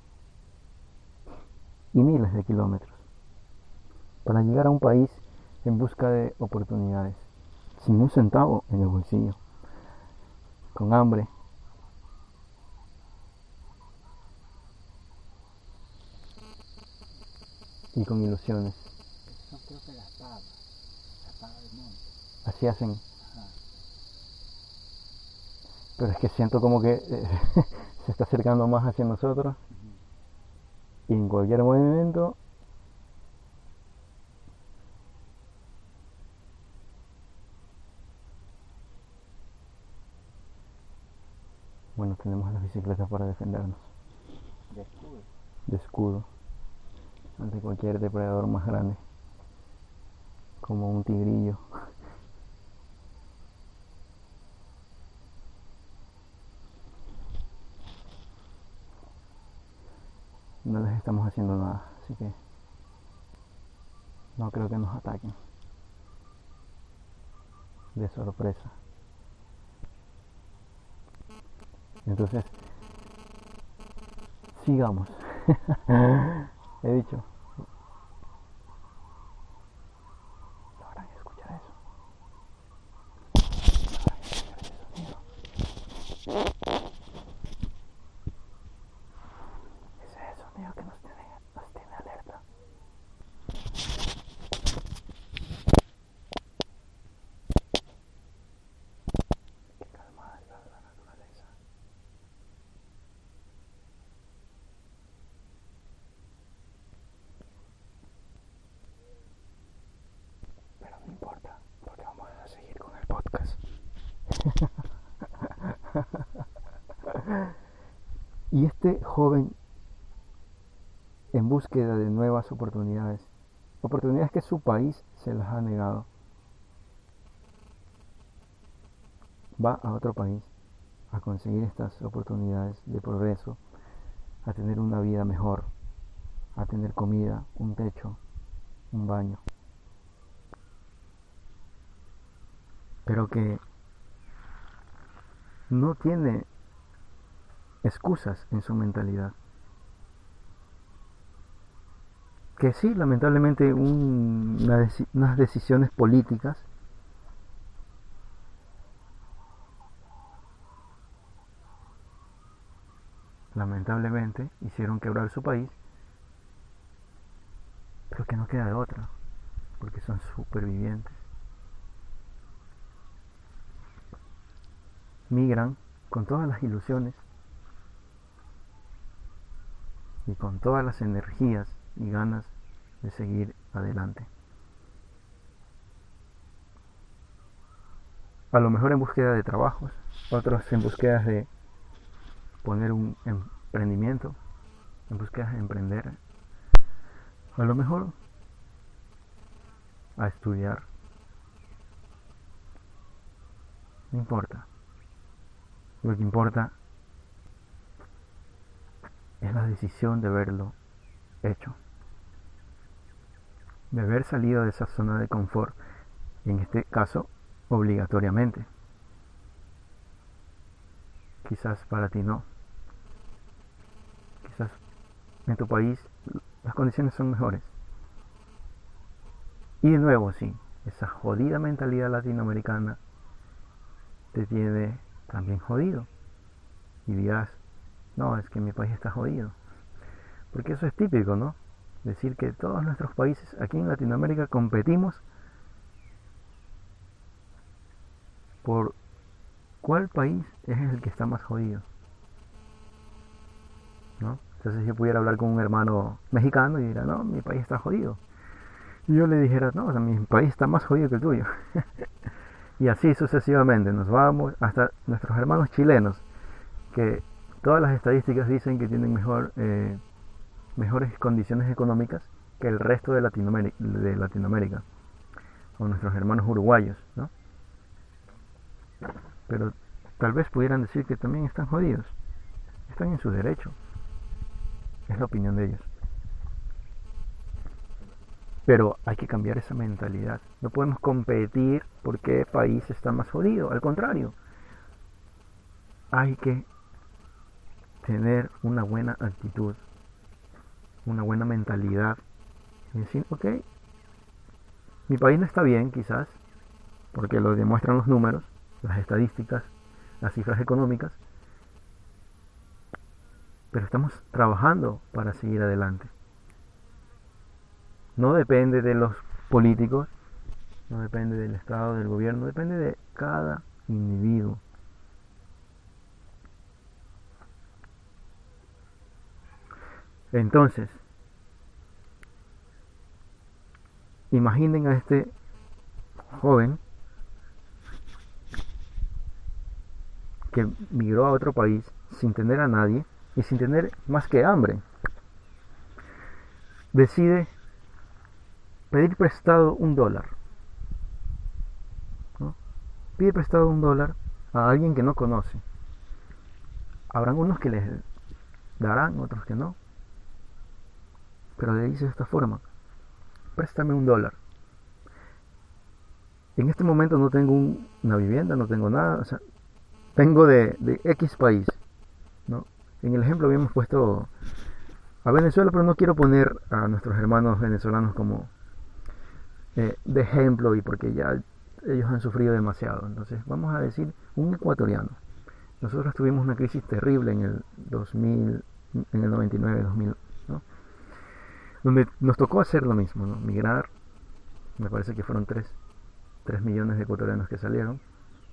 y miles de kilómetros para llegar a un país en busca de oportunidades, sin un centavo en el bolsillo, con hambre, y con ilusiones. Son creo que las pagas del monte. Así hacen. Ajá. Pero es que siento como que se está acercando más hacia nosotros, y en cualquier movimiento bueno, tenemos las bicicletas para defendernos De escudo. de escudo ante cualquier depredador más grande, como un tigrillo. No les estamos haciendo nada, así que no creo que nos ataquen de sorpresa. Entonces, sigamos. He dicho. Logran escuchar eso. Logran escuchar ese sonido. Ese es el sonido que nos tiene alerta. Qué calmada está la naturaleza. Pero no importa, porque vamos a seguir con el podcast. Y este joven, en búsqueda de nuevas oportunidades que su país se las ha negado, va a otro país a conseguir estas oportunidades de progreso, a tener una vida mejor, a tener comida, un techo, un baño. Pero que no tiene excusas en su mentalidad. Que sí, lamentablemente unas decisiones políticas lamentablemente hicieron quebrar su país, pero que no queda de otra, porque son supervivientes. Migran con todas las ilusiones y con todas las energías y ganas de seguir adelante. A lo mejor en búsqueda de trabajos, otros en búsqueda de poner un emprendimiento, en búsqueda de emprender, a lo mejor a estudiar. No importa. Lo que importa es la decisión de haberlo hecho, de haber salido de esa zona de confort, y en este caso obligatoriamente. Quizás para ti no, quizás en tu país las condiciones son mejores. Y de nuevo, sí, esa jodida mentalidad latinoamericana te tiene también jodido, y dirás, no, es que mi país está jodido, porque eso es típico, ¿no? Decir que todos nuestros países aquí en Latinoamérica competimos por cuál país es el que está más jodido, ¿no? Entonces yo pudiera hablar con un hermano mexicano y dirá, no, mi país está jodido, y yo le dijera, no, o sea, mi país está más jodido que el tuyo. Y así sucesivamente nos vamos hasta nuestros hermanos chilenos, que todas las estadísticas dicen que tienen mejores condiciones económicas que el resto de Latinoamérica, o nuestros hermanos uruguayos, ¿no? Pero tal vez pudieran decir que también están jodidos, están en su derecho, es la opinión de ellos. Pero hay que cambiar esa mentalidad. No podemos competir por qué país está más jodido. Al contrario, hay que tener una buena actitud, una buena mentalidad. Y decir, ok, mi país no está bien quizás, porque lo demuestran los números, las estadísticas, las cifras económicas, pero estamos trabajando para seguir adelante. No depende de los políticos, no depende del Estado, del gobierno, depende de cada individuo. Entonces, imaginen a este joven que migró a otro país sin tener a nadie y sin tener más que hambre. Decide pedir prestado $1, ¿no? Pide prestado $1 a alguien que no conoce. Habrán unos que les darán, otros que no, pero le dice de esta forma: préstame $1. En este momento no tengo una vivienda, no tengo nada, o sea, vengo de X país, ¿no? En el ejemplo habíamos puesto a Venezuela, pero no quiero poner a nuestros hermanos venezolanos como de ejemplo, y porque ya ellos han sufrido demasiado. Entonces vamos a decir un ecuatoriano. Nosotros tuvimos una crisis terrible en el 2000, en el 99, 2000, ¿no? Donde nos tocó hacer lo mismo, ¿no? Migrar. Me parece que fueron 3 millones de ecuatorianos que salieron,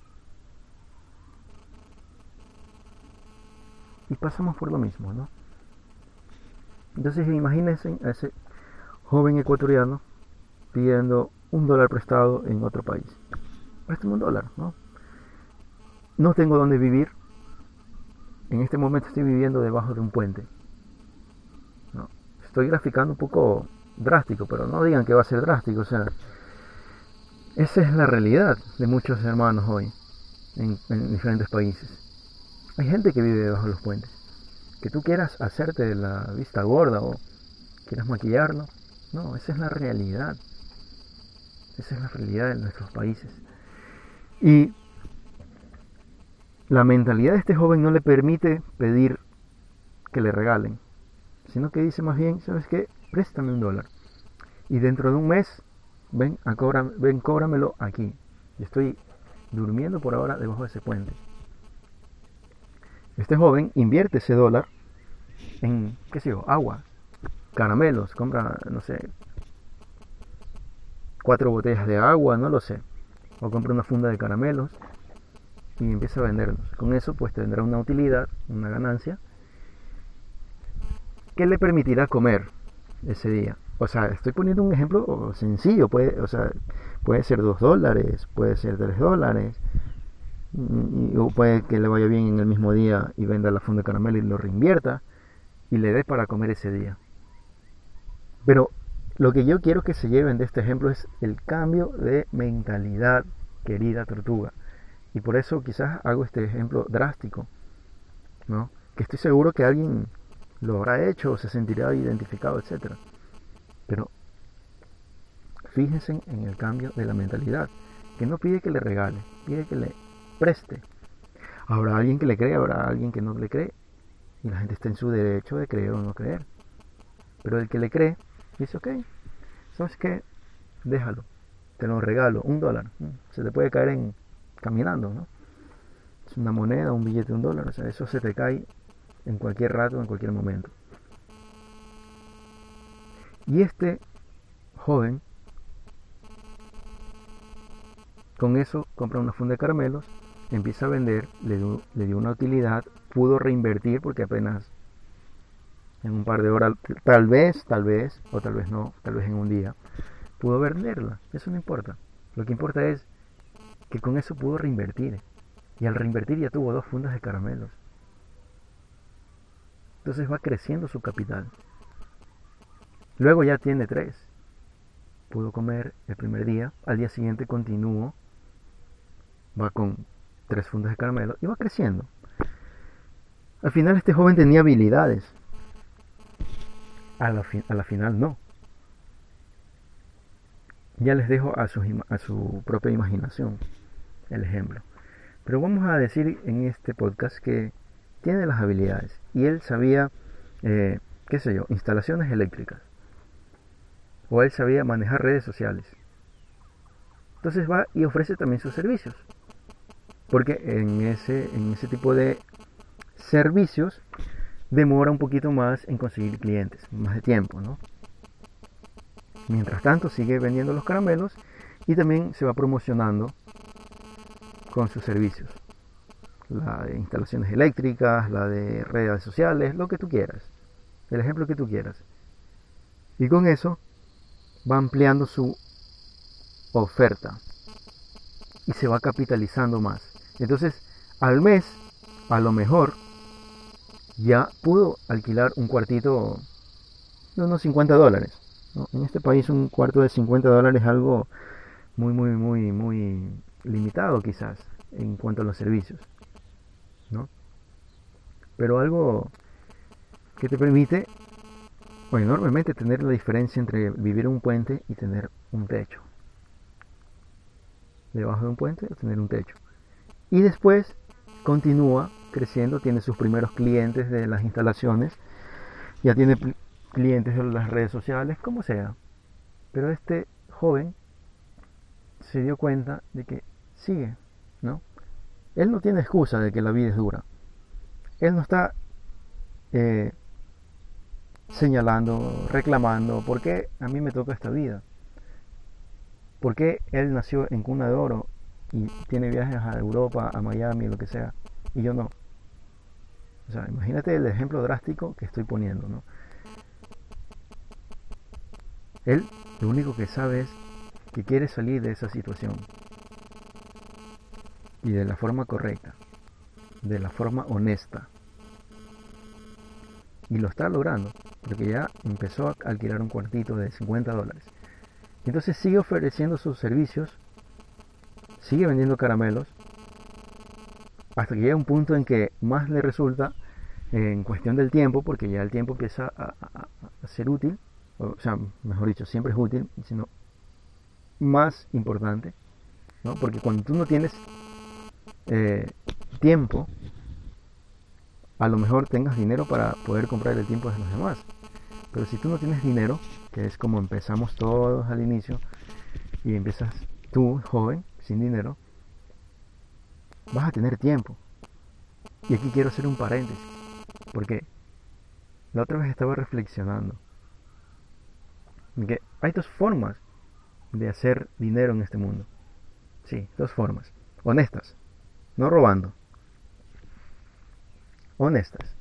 y pasamos por lo mismo, ¿no? Entonces imagínense a ese joven ecuatoriano pidiendo $1 prestado en otro país. Préstame $1, ¿no? No tengo dónde vivir. En este momento estoy viviendo debajo de un puente, ¿no? Estoy graficando un poco drástico, pero no digan que va a ser drástico. O sea, esa es la realidad de muchos hermanos hoy en diferentes países. Hay gente que vive debajo de los puentes. Que tú quieras hacerte la vista gorda o quieras maquillarlo, no, esa es la realidad. Esa es la realidad de nuestros países. Y la mentalidad de este joven no le permite pedir que le regalen, sino que dice más bien, ¿sabes qué? Préstame $1. Y dentro de un mes, ven, cóbramelo aquí. Yo estoy durmiendo por ahora debajo de ese puente. Este joven invierte ese $1 en, qué sé yo, agua, caramelos, compra, no sé, 4 botellas de agua, no lo sé, o compra una funda de caramelos y empieza a venderlos. Con eso pues tendrá una utilidad, una ganancia que le permitirá comer ese día. O sea, estoy poniendo un ejemplo sencillo, puede ser $2, puede ser $3, o puede que le vaya bien en el mismo día y venda la funda de caramelo y lo reinvierta y le dé para comer ese día. Pero lo que yo quiero que se lleven de este ejemplo es el cambio de mentalidad, querida tortuga. Y por eso quizás hago este ejemplo drástico, ¿no? Que estoy seguro que alguien lo habrá hecho o se sentirá identificado, etc. Pero fíjense en el cambio de la mentalidad, que no pide que le regale, pide que le preste. Habrá alguien que le cree, habrá alguien que no le cree, y la gente está en su derecho de creer o no creer. Pero el que le cree dice, ok, ¿sabes qué? Déjalo, te lo regalo, $1, se te puede caer caminando, ¿no? Es una moneda, un billete de $1, o sea, eso se te cae en cualquier rato, en cualquier momento. Y este joven con eso compra una funda de caramelos, empieza a vender, le dio una utilidad, pudo reinvertir porque apenas en un par de horas, tal vez, o tal vez no, tal vez en un día, pudo venderla. Eso no importa. Lo que importa es que con eso pudo reinvertir. Y al reinvertir ya tuvo 2 fundas de caramelos. Entonces va creciendo su capital. Luego ya tiene 3. Pudo comer el primer día, al día siguiente continuó, va con 3 fundas de caramelo y va creciendo. Al final este joven tenía habilidades. A la final no. Ya les dejo a su propia imaginación el ejemplo. Pero vamos a decir en este podcast que tiene las habilidades y él sabía, qué sé yo, instalaciones eléctricas, o él sabía manejar redes sociales. Entonces va y ofrece también sus servicios, porque en ese tipo de servicios demora un poquito más en conseguir clientes, más de tiempo, ¿no? Mientras tanto sigue vendiendo los caramelos y también se va promocionando con sus servicios, la de instalaciones eléctricas, la de redes sociales, lo que tú quieras, el ejemplo que tú quieras. Y con eso va ampliando su oferta y se va capitalizando más. Entonces, al mes, a lo mejor, ya pudo alquilar un cuartito de unos $50, ¿no? En este país un cuarto de $50 es algo muy limitado quizás en cuanto a los servicios, ¿no? Pero algo que te permite o enormemente tener la diferencia entre vivir en un puente y tener un techo. Debajo de un puente o tener un techo. Y después continúa creciendo, tiene sus primeros clientes de las instalaciones, ya tiene clientes de las redes sociales, como sea. Pero este joven se dio cuenta de que sigue, ¿no? Él no tiene excusa de que la vida es dura. Él no está señalando, reclamando, ¿por qué a mí me toca esta vida? ¿Por qué él nació en cuna de oro y tiene viajes a Europa, a Miami, lo que sea, y yo no? O sea, imagínate el ejemplo drástico que estoy poniendo, ¿no? Él lo único que sabe es que quiere salir de esa situación y de la forma correcta, de la forma honesta, y lo está logrando porque ya empezó a alquilar un cuartito de $50. Entonces sigue ofreciendo sus servicios, sigue vendiendo caramelos, hasta que llega un punto en que más le resulta en cuestión del tiempo, porque ya el tiempo empieza a ser útil, o sea, mejor dicho, siempre es útil, sino más importante, ¿no? Porque cuando tú no tienes tiempo, a lo mejor tengas dinero para poder comprar el tiempo de los demás. Pero si tú no tienes dinero, que es como empezamos todos al inicio, y empiezas tú, joven, sin dinero, vas a tener tiempo. Y aquí quiero hacer un paréntesis, porque La otra vez estaba reflexionando en que hay dos formas de hacer dinero en este mundo. Sí, dos formas. Honestas, no robando. Honestas.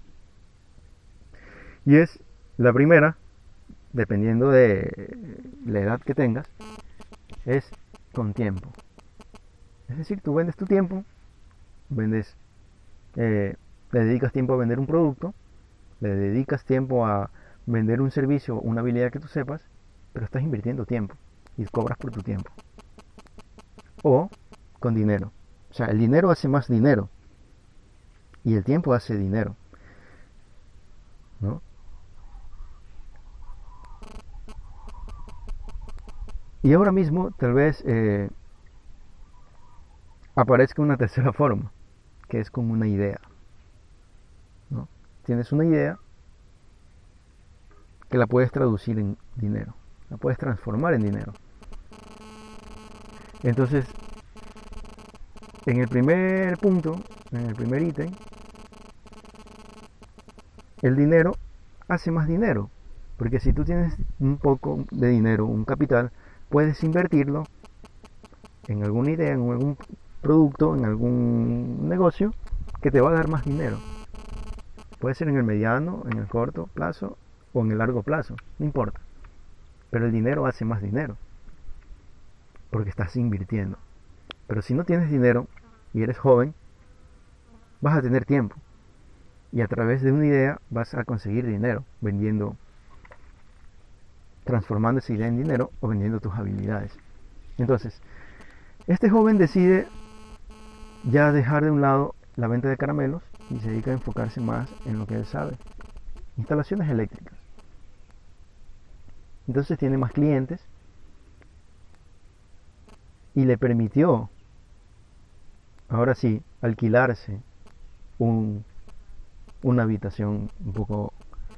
Y es la primera, dependiendo de la edad que tengas, es con tiempo. Es decir, tú vendes tu tiempo, le dedicas tiempo a vender un producto, le dedicas tiempo a vender un servicio, una habilidad que tú sepas, pero estás invirtiendo tiempo y cobras por tu tiempo. O con dinero. O sea, el dinero hace más dinero y el tiempo hace dinero, ¿no? Y ahora mismo tal vez aparezca una tercera forma, que es como una idea, ¿no? Tienes una idea que la puedes traducir en dinero, la puedes transformar en dinero. Entonces, en el primer punto, en el primer ítem, el dinero hace más dinero, porque si tú tienes un poco de dinero, un capital, puedes invertirlo en alguna idea, en algún producto, en algún negocio que te va a dar más dinero. Puede ser en el mediano, en el corto plazo o en el largo plazo, no importa. Pero el dinero hace más dinero porque estás invirtiendo. Pero si no tienes dinero y eres joven, vas a tener tiempo y a través de una idea vas a conseguir dinero vendiendo, transformando esa idea en dinero o vendiendo tus habilidades. Entonces, este joven decide ya dejar de un lado la venta de caramelos y se dedica a enfocarse más en lo que él sabe: instalaciones eléctricas. Entonces tiene más clientes y le permitió, ahora sí, alquilarse una habitación un poco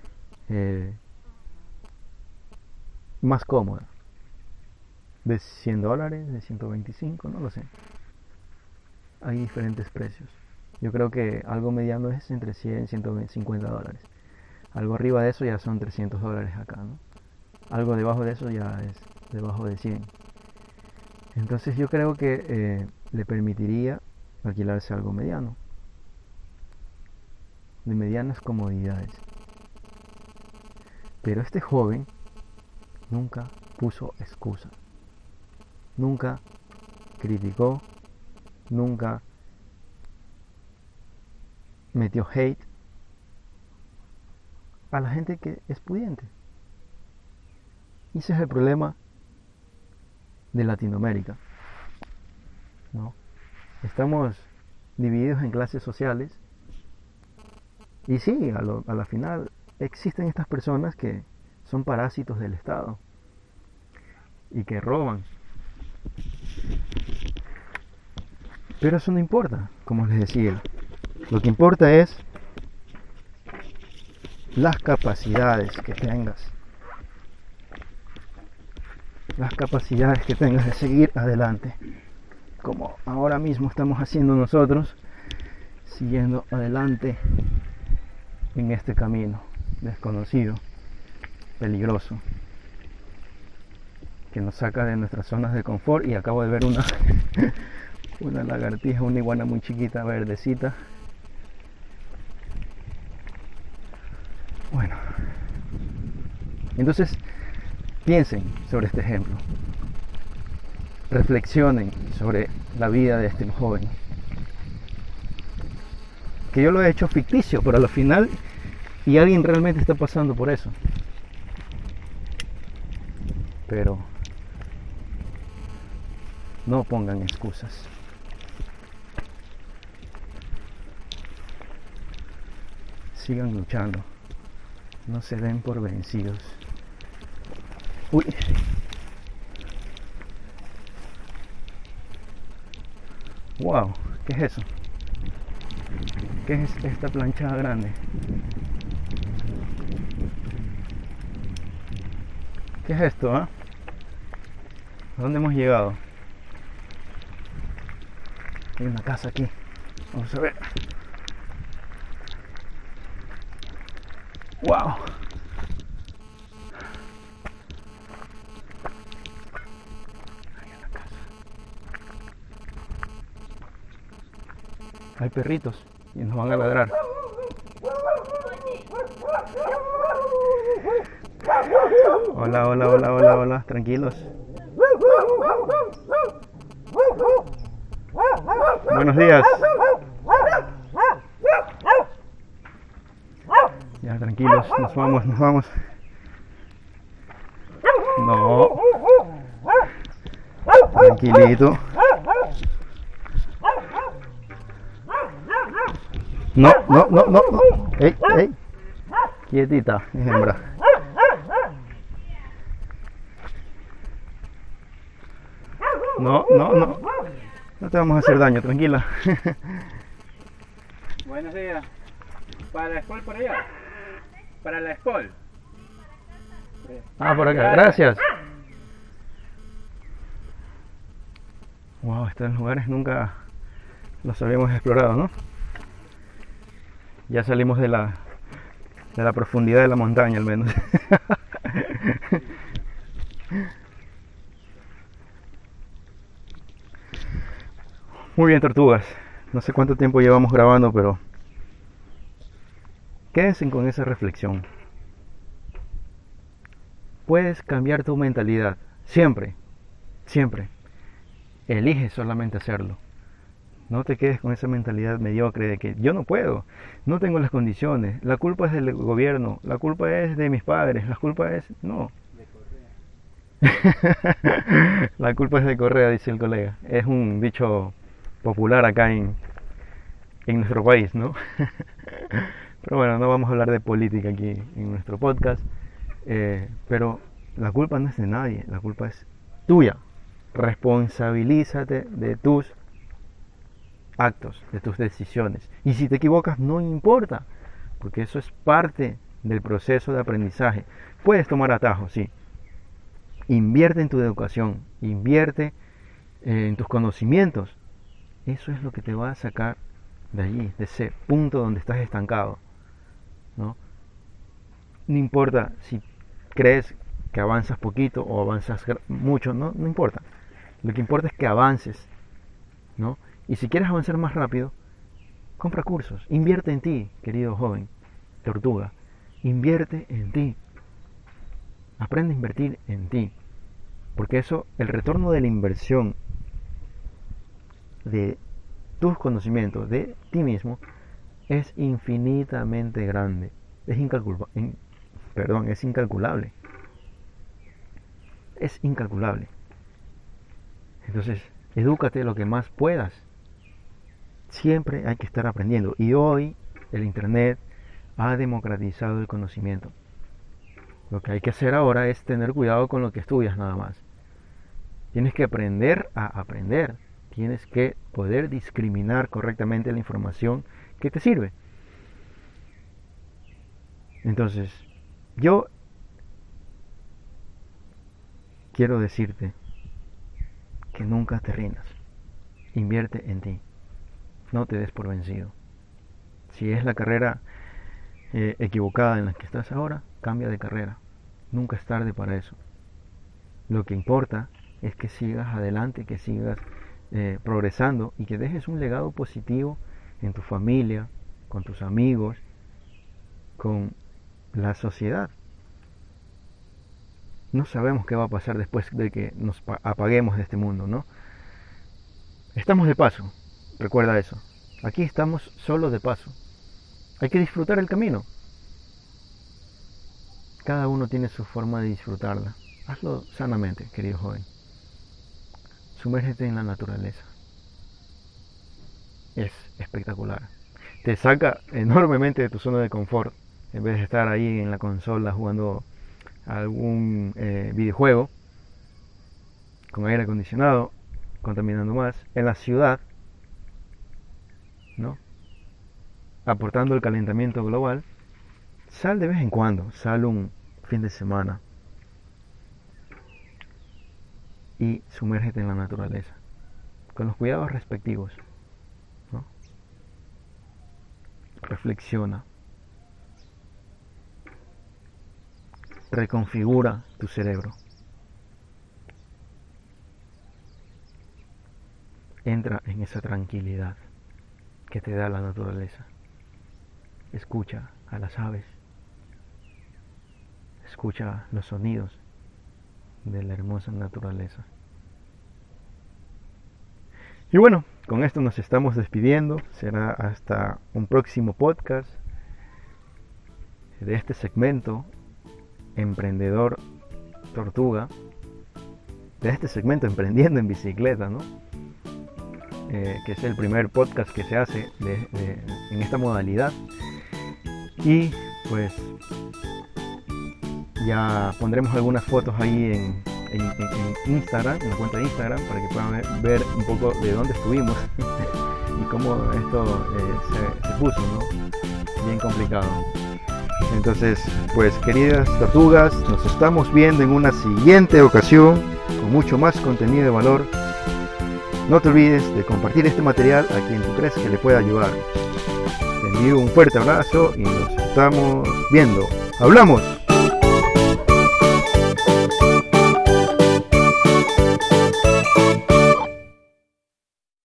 más cómoda, de $100, de 125, no lo sé. Hay diferentes precios. Yo creo que algo mediano es entre 100 y 150 dólares. Algo arriba de eso ya son 300 dólares acá, ¿no? Algo debajo de eso ya es debajo de 100. Entonces yo creo que le permitiría alquilarse algo mediano, de medianas comodidades. Pero este joven nunca puso excusa, nunca criticó, nunca metió hate a la gente que es pudiente. Y ese es el problema de Latinoamérica, ¿no? Estamos divididos en clases sociales y sí, a la final existen estas personas que son parásitos del Estado y que roban. Pero eso no importa, como les decía. Lo que importa es las capacidades que tengas. Las capacidades que tengas de seguir adelante, como ahora mismo estamos haciendo nosotros, siguiendo adelante en este camino desconocido, peligroso, que nos saca de nuestras zonas de confort. Y acabo de ver una lagartija, una iguana muy chiquita, verdecita. Bueno, entonces piensen sobre este ejemplo, reflexionen sobre la vida de este joven, que yo lo he hecho ficticio, pero al final y alguien realmente está pasando por eso. Pero no pongan excusas. Sigan luchando. No se den por vencidos. Uy. Wow, ¿qué es eso? ¿Qué es esta planchada grande? ¿Qué es esto, ah? ¿A dónde hemos llegado? Hay una casa aquí. Vamos a ver. Wow. Hay perritos y nos van a ladrar. Hola, hola, hola, hola, hola, tranquilos. Buenos días. Ya, tranquilos, nos vamos, nos vamos. No. Tranquilito. No, no, no, no. Ey, ey. Quietita, mi hembra. No, no, no. No te vamos a hacer daño, tranquila. Buenos días. ¿Para la escuela por allá? ¿Para la escuela? Ah, por acá, gracias. Wow, estos lugares nunca los habíamos explorado, ¿no? Ya salimos de la profundidad de la montaña, al menos. Muy bien, tortugas. No sé cuánto tiempo llevamos grabando, pero quédense con esa reflexión. Puedes cambiar tu mentalidad, siempre, siempre. Elige solamente hacerlo. No te quedes con esa mentalidad mediocre de que yo no puedo, no tengo las condiciones, la culpa es del gobierno, la culpa es de mis padres, la culpa es... No. La culpa es de Correa, dice el colega. Es un dicho popular acá en nuestro país, ¿no? Pero bueno, no vamos a hablar de política aquí en nuestro podcast. Pero la culpa no es de nadie, la culpa es tuya. Responsabilízate de tus actos, de tus decisiones. Y si te equivocas, no importa, porque eso es parte del proceso de aprendizaje. Puedes tomar atajos, sí. Invierte en tu educación, invierte en tus conocimientos. Eso es lo que te va a sacar de allí, de ese punto donde estás estancado, ¿no? No importa si crees que avanzas poquito o avanzas mucho, no importa. Lo que importa es que avances, ¿no? Y si quieres avanzar más rápido, compra cursos, invierte en ti, querido joven, tortuga, invierte en ti. Aprende a invertir en ti, porque eso, el retorno de la inversión de tus conocimientos, de ti mismo, es infinitamente grande, es incalculable. Es incalculable. Entonces, edúcate lo que más puedas. Siempre hay que estar aprendiendo. Y hoy el Internet ha democratizado el conocimiento. Lo que hay que hacer ahora es tener cuidado con lo que estudias nada más. Tienes que aprender a aprender. Tienes que poder discriminar correctamente la información que te sirve. Entonces, yo quiero decirte que nunca te rindas. Invierte en ti. No te des por vencido. Si es la carrera equivocada en la que estás ahora, cambia de carrera. Nunca es tarde para eso. Lo que importa es que sigas adelante, que sigas progresando y que dejes un legado positivo en tu familia, con tus amigos, con la sociedad. No sabemos qué va a pasar después de que nos apaguemos de este mundo, ¿no? Estamos de paso, recuerda eso. Aquí estamos solo de paso. Hay que disfrutar el camino. Cada uno tiene su forma de disfrutarla. Hazlo sanamente, querido joven. Sumérgete en la naturaleza. Es espectacular. Te saca enormemente de tu zona de confort. En vez de estar ahí en la consola jugando algún videojuego con aire acondicionado, contaminando más, en la ciudad, ¿no? Aportando el calentamiento global. Sal de vez en cuando, sal un fin de semana y sumérgete en la naturaleza con los cuidados respectivos, ¿no? Reflexiona, reconfigura tu cerebro. Entra en esa tranquilidad que te da la naturaleza. Escucha a las aves. Escucha los sonidos de la hermosa naturaleza. Y bueno, con esto nos estamos despidiendo. Será hasta un próximo podcast de este segmento Emprendedor Tortuga, de este segmento Emprendiendo en Bicicleta, ¿no? Que es el primer podcast que se hace en esta modalidad. Y pues ya pondremos algunas fotos ahí en Instagram, en la cuenta de Instagram, para que puedan ver un poco de dónde estuvimos y cómo esto se puso, ¿no? Bien complicado. Entonces, pues queridas tortugas, nos estamos viendo en una siguiente ocasión con mucho más contenido de valor. No te olvides de compartir este material a quien tú crees que le pueda ayudar. Te envío un fuerte abrazo y nos estamos viendo. ¡Hablamos!